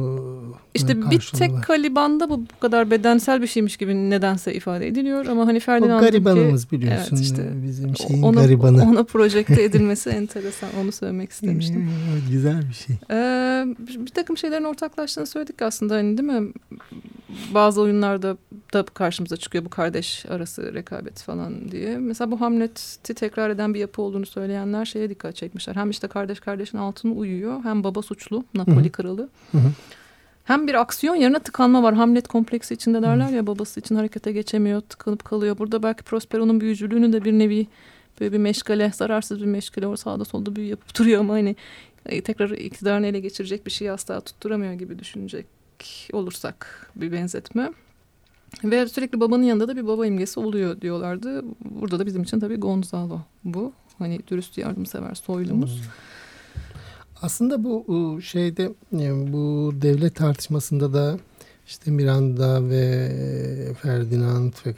İşte bir tek var. Caliban'da bu bu kadar bedensel bir şeymiş gibi nedense ifade ediliyor ama hani Ferdinand'daki... O garibanımız biliyorsun. Evet işte, bizim şeyin ona, garibanı. Ona projekte edilmesi enteresan, onu söylemek istemiştim. Güzel bir şey. Ee, bir, bir takım şeylerin ortaklaştığını söyledik aslında hani değil mi? Bazı oyunlarda da karşımıza çıkıyor bu kardeş arası rekabet falan diye. Mesela bu Hamlet'i tekrar eden bir yapı olduğunu söyleyenler şeye dikkat çekmişler. Hem işte kardeş kardeşin altına uyuyor, hem baba suçlu, Napoli Hı-hı. kralı. Hı-hı. Hem bir aksiyon yerine tıkanma var. Hamlet kompleksi içinde derler ya, babası için harekete geçemiyor, tıkanıp kalıyor. Burada belki Prospero'nun büyücülüğünü de bir nevi böyle bir meşgale, zararsız bir meşgale o sağda solda büyü yapıp duruyor ama hani e, tekrar iktidarını ele geçirecek bir şeyi asla tutturamıyor gibi düşünecek olursak bir benzetme. Ve sürekli babanın yanında da bir baba imgesi oluyor diyorlardı. Burada da bizim için tabii Gonzalo bu. Hani dürüst, yardımsever soylumuz. Hmm. Aslında bu şeyde, bu devlet tartışmasında da işte Miranda ve Ferdinand ve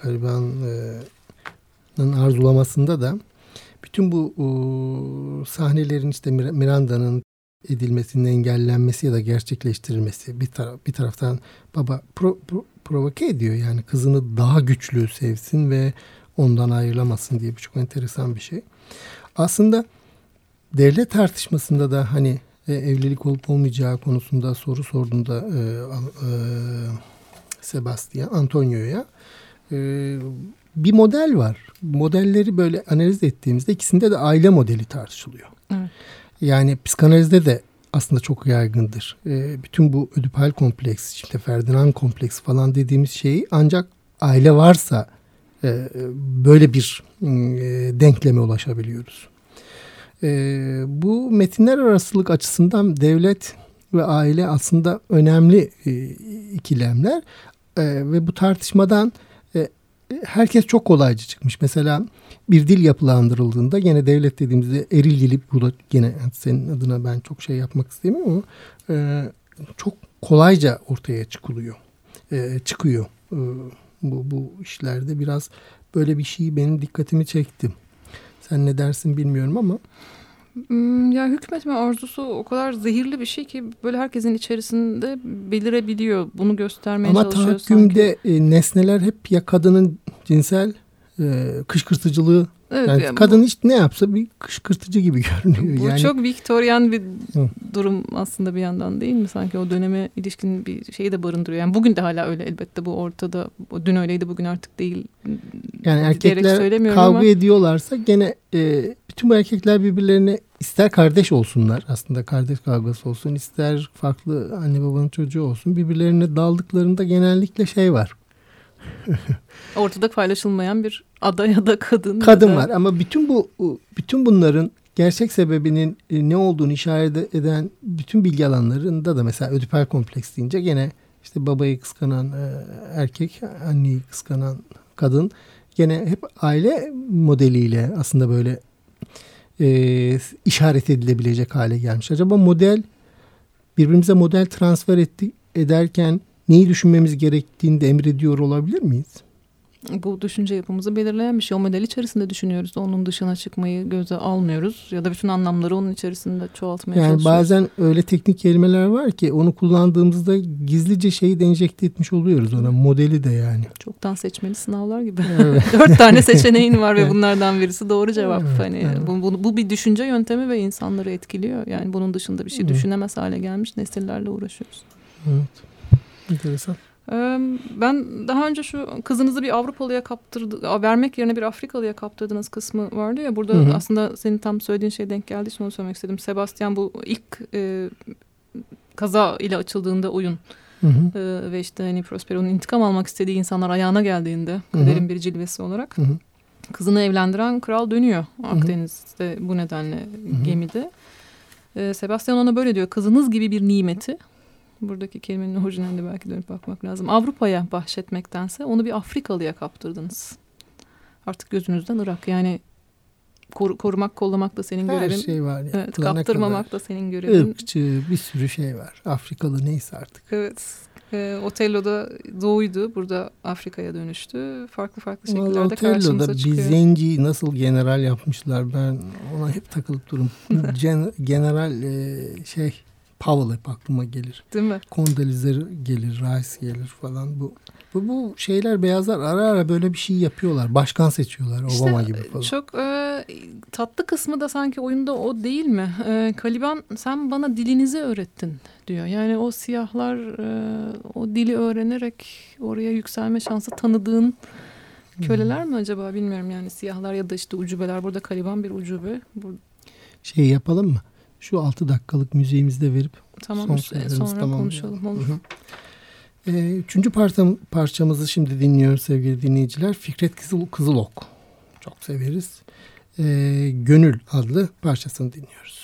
Caliban'ın arzulamasında da bütün bu sahnelerin işte Miranda'nın edilmesinin engellenmesi ya da gerçekleştirilmesi, bir taraf bir taraftan baba pro, pro, provoke ediyor, yani kızını daha güçlü sevsin ve ondan ayrılamasın diye, bu çok enteresan bir şey. Aslında devlet tartışmasında da hani e, evlilik olup olmayacağı konusunda soru sorduğunda e, e, Sebastian Antonio'ya e, bir model var. Modelleri böyle analiz ettiğimizde ikisinde de aile modeli tartışılıyor. Evet. Yani psikanalizde de aslında çok yaygındır. E, bütün bu ödipal kompleks, işte Ferdinand kompleksi falan dediğimiz şeyi ancak aile varsa e, böyle bir e, denkleme ulaşabiliyoruz. E, bu metinler arasılık açısından devlet ve aile aslında önemli e, ikilemler e, ve bu tartışmadan e, herkes çok kolayca çıkmış. Mesela bir dil yapılandırıldığında gene devlet dediğimizde eril dili, bu da gene senin adına ben çok şey yapmak istemiyorum ama e, çok kolayca ortaya çıkılıyor. E, çıkıyor. E, bu, bu işlerde biraz böyle bir şey benim dikkatimi çekti. Sen ne dersin bilmiyorum ama. Ya hükmetme arzusu o kadar zehirli bir şey ki böyle herkesin içerisinde belirebiliyor. Bunu göstermeye ama çalışıyor sanki. Ama tahakkümde e, nesneler hep ya kadının cinsel e, kışkırtıcılığı. Evet, yani yani kadın bu, hiç ne yapsa bir kışkırtıcı gibi görünüyor. Bu yani, çok Victorian bir hı. durum aslında bir yandan, değil mi? Sanki o döneme ilişkin bir şeyi de barındırıyor. Yani bugün de hala öyle elbette, bu ortada. Dün öyleydi, bugün artık değil. Yani erkekler kavga ama. ediyorlarsa gene e, bütün bu erkekler birbirlerine ister kardeş olsunlar, aslında kardeş kavgası olsun, ister farklı anne babanın çocuğu olsun, birbirlerine daldıklarında genellikle şey var. Ortada paylaşılmayan bir ada ya da kadın. Kadın da. var ama bütün bu bütün bunların gerçek sebebinin ne olduğunu işaret eden bütün bilgi alanlarında da mesela ödipal kompleks deyince gene işte babayı kıskanan erkek, anneyi kıskanan kadın gene hep aile modeliyle aslında böyle e, işaret edilebilecek hale gelmiş. Acaba model, birbirimize model transfer etti, ederken neyi düşünmemiz gerektiğini de emrediyor olabilir miyiz? Bu düşünce yapımızı belirleyen bir şey. O model içerisinde düşünüyoruz. Onun dışına çıkmayı göze almıyoruz. Ya da bütün anlamları onun içerisinde çoğaltmaya yani çalışıyoruz. Bazen öyle teknik kelimeler var ki onu kullandığımızda gizlice şeyi de enjekte etmiş oluyoruz ona. Modeli de yani. Çoktan seçmeli sınavlar gibi. Evet. Dört tane seçeneğin var ve bunlardan birisi doğru cevap. Evet, hani evet. Bu, bu, bu bir düşünce yöntemi ve insanları etkiliyor. Yani bunun dışında bir şey düşünemez hale gelmiş nesillerle uğraşıyoruz. Evet. Enteresan. Ben daha önce şu kızınızı bir Avrupalıya kaptırdı, vermek yerine bir Afrikalıya kaptırdığınız kısmı vardı ya. Burada hı hı. aslında senin tam söylediğin şey denk geldiği için onu söylemek istedim. Sebastian bu ilk e, kaza ile açıldığında oyun hı hı. E, ve işte hani Prospero'nun intikam almak istediği insanlar ayağına geldiğinde kaderin bir cilvesi olarak hı hı. kızını evlendiren kral dönüyor Akdeniz'de bu nedenle hı hı. gemide. E, Sebastian ona böyle diyor: kızınız gibi bir nimeti, buradaki kelimenin orijinalinde belki dönüp bakmak lazım, Avrupa'ya bahşetmektense onu bir Afrikalıya kaptırdınız. Artık gözünüzden ırak. Yani kor- korumak, kollamak da senin her görevin. Her şey var. Evet, kaptırmamak da senin görevin. Irkçı bir sürü şey var. Afrikalı neyse artık. Evet. E, Otello'da doğuydu. Burada Afrika'ya dönüştü. Farklı farklı şekillerde Vallahi karşımıza çıkıyor. Otello'da bir zenciyi nasıl general yapmışlar. Ben ona hep takılıp durum. Gen- general e, şey... Powell hep aklıma gelir. Değil mi? Condoleezza gelir, Rice gelir falan. Bu, bu bu şeyler, beyazlar ara ara böyle bir şey yapıyorlar. Başkan seçiyorlar, işte, Obama gibi falan. Çok e, tatlı kısmı da sanki oyunda o değil mi? E, Caliban sen bana dilinizi öğrettin diyor. Yani o siyahlar e, o dili öğrenerek oraya yükselme şansı tanıdığın köleler hmm. mi acaba bilmiyorum. Yani siyahlar ya da işte ucubeler. Burada Caliban bir ucube. Bur- şey yapalım mı? Şu altı dakikalık müziğimizi de verip tamam, son sonra tamam konuşalım. Olur. Ee, üçüncü parça, parçamızı şimdi dinliyoruz sevgili dinleyiciler. Fikret Kızıl, Kızılok. Çok severiz. e, Gönül adlı parçasını dinliyoruz.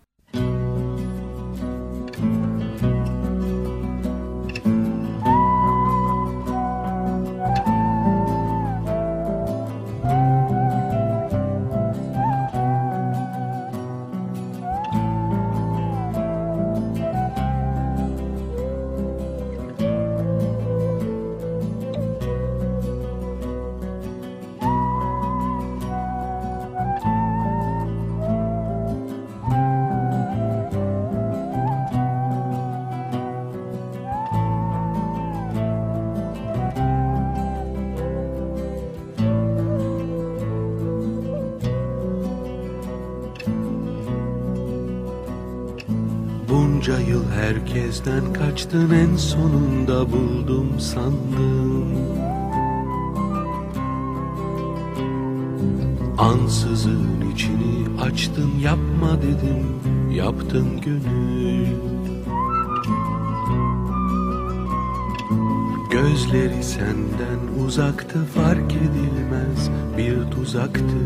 Bunca yıl herkesten kaçtın, en sonunda buldum sandım. Ansızın içini açtın, yapma dedim, yaptın gönül. Gözleri senden uzaktı, fark edilmez bir tuzaktı.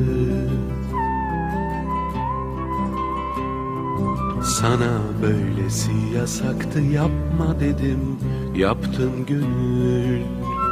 Sana böylesi yasaktı, yapma dedim, yaptın gönül.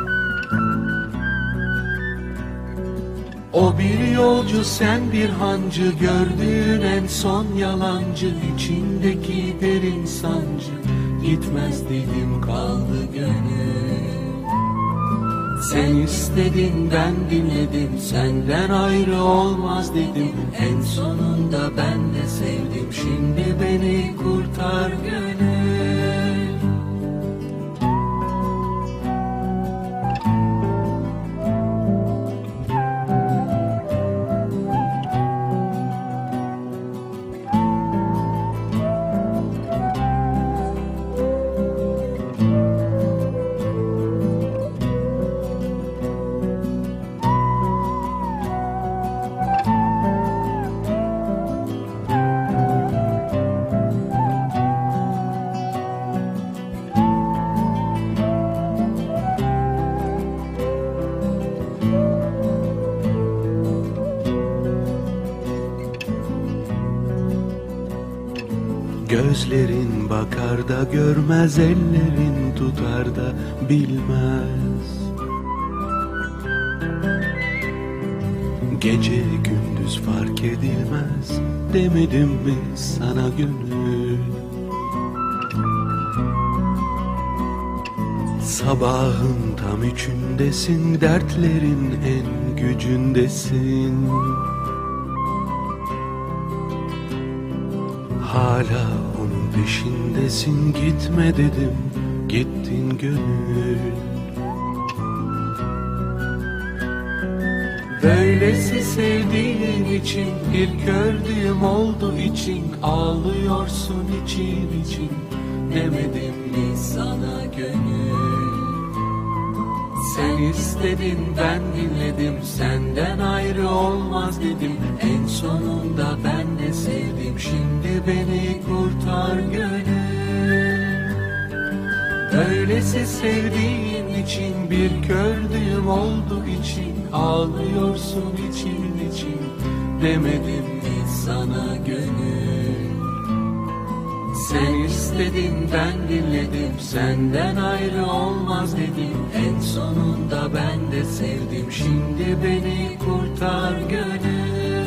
O bir yolcu, sen bir hancı, gördüğün en son yalancı. İçindeki derin sancı, gitmez dedim, kaldı gönül. Sen istedin, ben dinledim, senden ayrı olmaz dedim. En sonunda ben de sevdim, şimdi beni kurtar gönül. Gözlerin bakar da görmez, ellerin tutar da bilmez. Gece gündüz fark edilmez, demedim mi sana gönül? Sabahın tam üçündesin, dertlerin en gücündesin. Hala onun peşindesin, gitme dedim, gittin gönül. Böylesi sevdiğin için bir kördüğüm oldu için, ağlıyorsun için için, demedim mi sana gönül? Sen istedin, ben dinledim, senden ayrı olmaz dedim. En sonunda ben de sevdim, şimdi beni kurtar gönül. Öylesi sevdiğin için, bir kördüğüm oldu için, ağlıyorsun için için, demedim mi sana gönül? Sen istedin, ben dinledim, senden ayrı olmaz dedim. En sonunda ben de sevdim, şimdi beni kurtar gönül.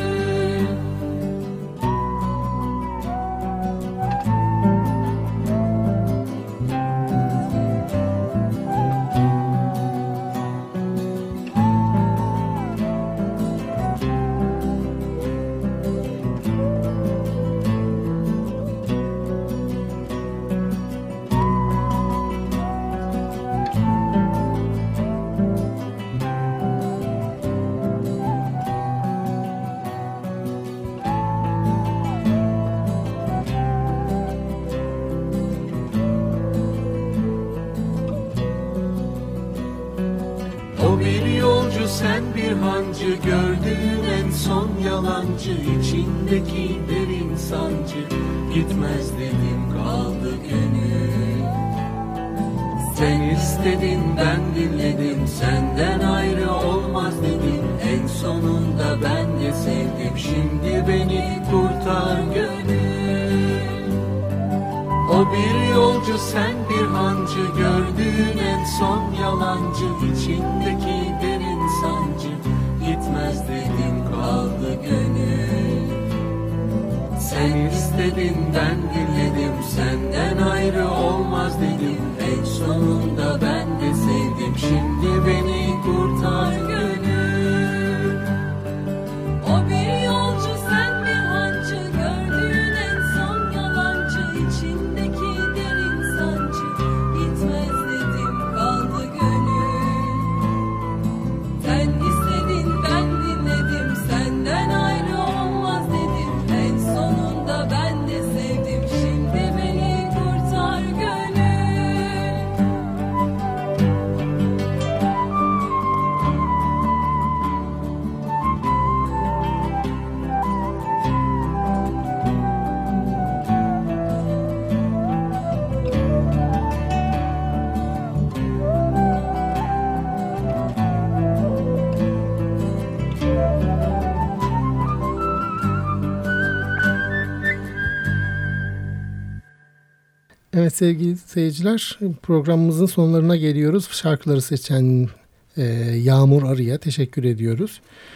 Sen bir hancı, gördüğün en son yalancı. İçindeki derin sancı, gitmez dedim, kaldı gönül. Sen istedin, ben dinledim, senden ayrı olmaz dedim. En sonunda ben de sevdim, şimdi beni kurtar gönül. O bir yolcu, sen bir hancı, gördüğün en son yalancı, içindeki derin sancı gitmez dedim, kaldı gönül. Sen istedin, ben dinledim, senden ayrı olmaz dedim, en sonunda ben de sevdim, şimdi beni kurtar gönül. O bir yolcu, sen bir hancı, gördüğün en son yalancı, içindeki derin sancı gitmez dedim, kaldı gönül. Sen istedin, ben dinledim, senden ayrı olmaz dedim, en sonunda ben de sevdim, şimdi beni kurtar gönül. Evet sevgili seyirciler, programımızın sonlarına geliyoruz. Şarkıları seçen e, Yağmur Arı'ya teşekkür ediyoruz.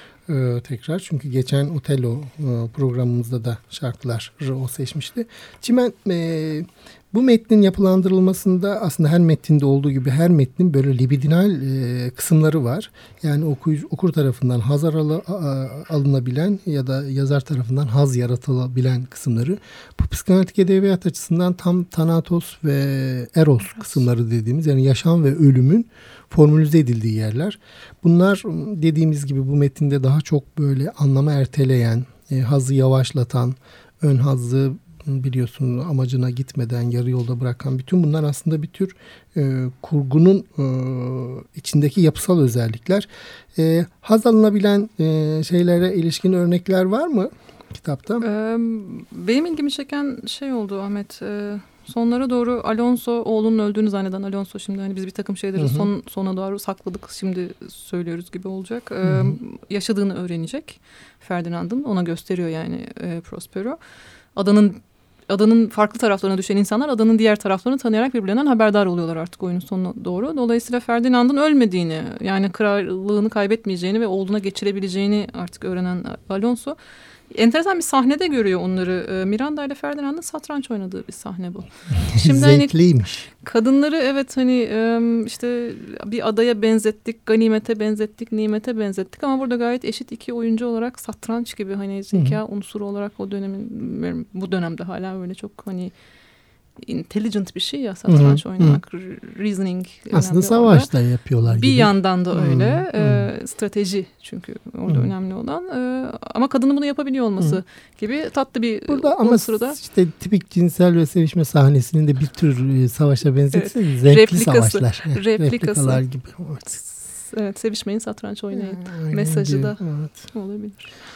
E, tekrar çünkü geçen Otello e, programımızda da şarkıları o seçmişti. Çimen, e, bu metnin yapılandırılmasında aslında her metninde olduğu gibi her metnin böyle libidinal e, kısımları var. Yani okuyucu, okur tarafından haz aralı, alınabilen ya da yazar tarafından haz yaratılabilen kısımları. Bu psikanalitik edebiyat açısından tam Thanatos ve Eros kısımları dediğimiz, yani yaşam ve ölümün formülize edildiği yerler. Bunlar dediğimiz gibi bu metinde daha çok böyle anlama erteleyen, e, hazı yavaşlatan, ön hazzı biliyorsun amacına gitmeden yarı yolda bırakan, bütün bunlar aslında bir tür e, kurgunun e, içindeki yapısal özellikler. E, haz alınabilen e, şeylere ilişkin örnekler var mı kitapta? Ee, benim ilgimi çeken şey oldu Ahmet. Ee, sonlara doğru Alonso, oğlunun öldüğünü zanneden Alonso, şimdi hani biz bir takım şeyleri hı hı. son sona doğru sakladık, şimdi söylüyoruz gibi olacak. Ee, hı hı. Yaşadığını öğrenecek Ferdinand'ın, ona gösteriyor yani e, Prospero. Adanın Adanın farklı taraflarına düşen insanlar adanın diğer taraflarını tanıyarak birbirlerinden haberdar oluyorlar artık oyunun sonuna doğru. Dolayısıyla Ferdinand'ın ölmediğini, yani krallığını kaybetmeyeceğini ve oğluna geçirebileceğini artık öğrenen Alonso enteresan bir sahnede görüyor onları. Miranda ile Ferdinand'ın satranç oynadığı bir sahne bu. Şimdi zevkliymiş. Hani kadınları evet hani işte bir adaya benzettik, ganimete benzettik, nimete benzettik ama burada gayet eşit iki oyuncu olarak satranç gibi hani zeka Hı-hı. unsuru olarak o dönemin, bu dönemde hala böyle çok hani intelligent bir şey ya satranç Hı-hı. oynamak, Hı-hı. reasoning. Aslında savaşta orada yapıyorlar gibi. Bir yandan da öyle. E, strateji çünkü orada Hı-hı. önemli olan. E, ama kadının bunu yapabiliyor olması Hı-hı. gibi tatlı bir burada ama unsuru işte tipik cinsel ve sevişme sahnesinin de bir tür savaşa benzetse evet. zevkli Replikası. savaşlar. Replikası. Replikalar gibi. Evet. Evet, sevişmeyin, satranç oynayın. Aynen mesajı da evet. olabilir.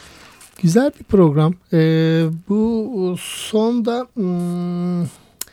Güzel bir program. Ee, bu sonda hmm,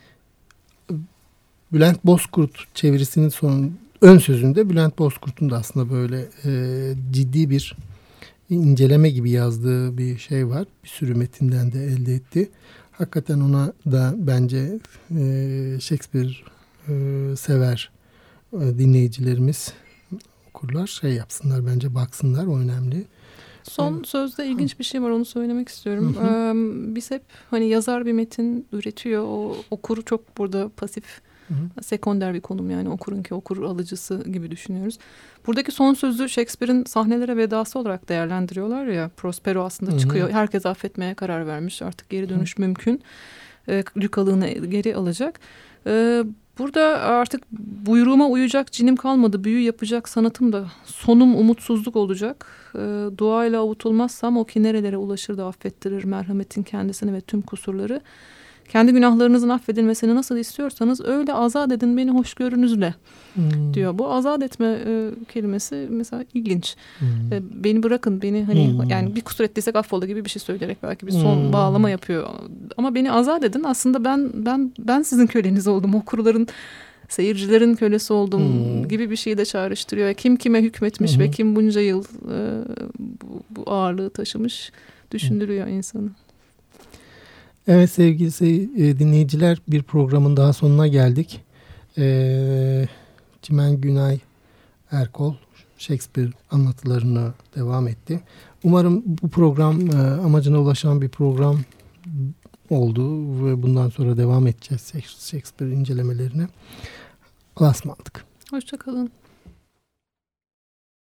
Bülent Bozkurt çevirisinin son ön sözünde Bülent Bozkurt'un da aslında böyle e, ciddi bir inceleme gibi yazdığı bir şey var. Bir sürü metinden de elde etti. Hakikaten ona da bence e, Shakespeare e, sever e, dinleyicilerimiz, okurlar şey yapsınlar, bence baksınlar, o önemli. Son evet. sözde ilginç bir şey var, onu söylemek istiyorum. Hı hı. Ee, biz hep hani yazar bir metin üretiyor, o okuru çok burada pasif, hı hı. sekonder bir konum, yani okurunki okur alıcısı gibi düşünüyoruz. Buradaki son sözü Shakespeare'in sahnelere vedası olarak değerlendiriyorlar ya. Prospero aslında hı hı. çıkıyor, herkes affetmeye karar vermiş, artık geri dönüş hı. mümkün. Ee, lükalığını geri alacak. Ee, Burada artık buyruğuma uyacak cinim kalmadı, büyü yapacak sanatım da sonum umutsuzluk olacak. E, duayla avutulmazsam o ki nerelere ulaşır da affettirir merhametin kendisini ve tüm kusurları. Kendi günahlarınızın affedilmesini nasıl istiyorsanız öyle azat edin beni hoşgörünüzle hmm. diyor. Bu azat etme e, kelimesi mesela ilginç. Hmm. E, beni bırakın, beni hani hmm. yani bir kusur ettiysek affola gibi bir şey söyleyerek belki bir son hmm. bağlama yapıyor. Ama beni azat edin, aslında ben ben ben sizin köleniz oldum. Okurların, seyircilerin kölesi oldum hmm. gibi bir şeyi de çağrıştırıyor. Kim kime hükmetmiş hmm. ve kim bunca yıl e, bu, bu ağırlığı taşımış. düşündürüyor insanı. Evet sevgili dinleyiciler, bir programın daha sonuna geldik. Ee, Çimen Günay Erkol Shakespeare anlatılarına devam etti. Umarım bu program e, amacına ulaşan bir program oldu ve bundan sonra devam edeceğiz Shakespeare incelemelerine. Allah'a ısmarladık. Hoşça kalın.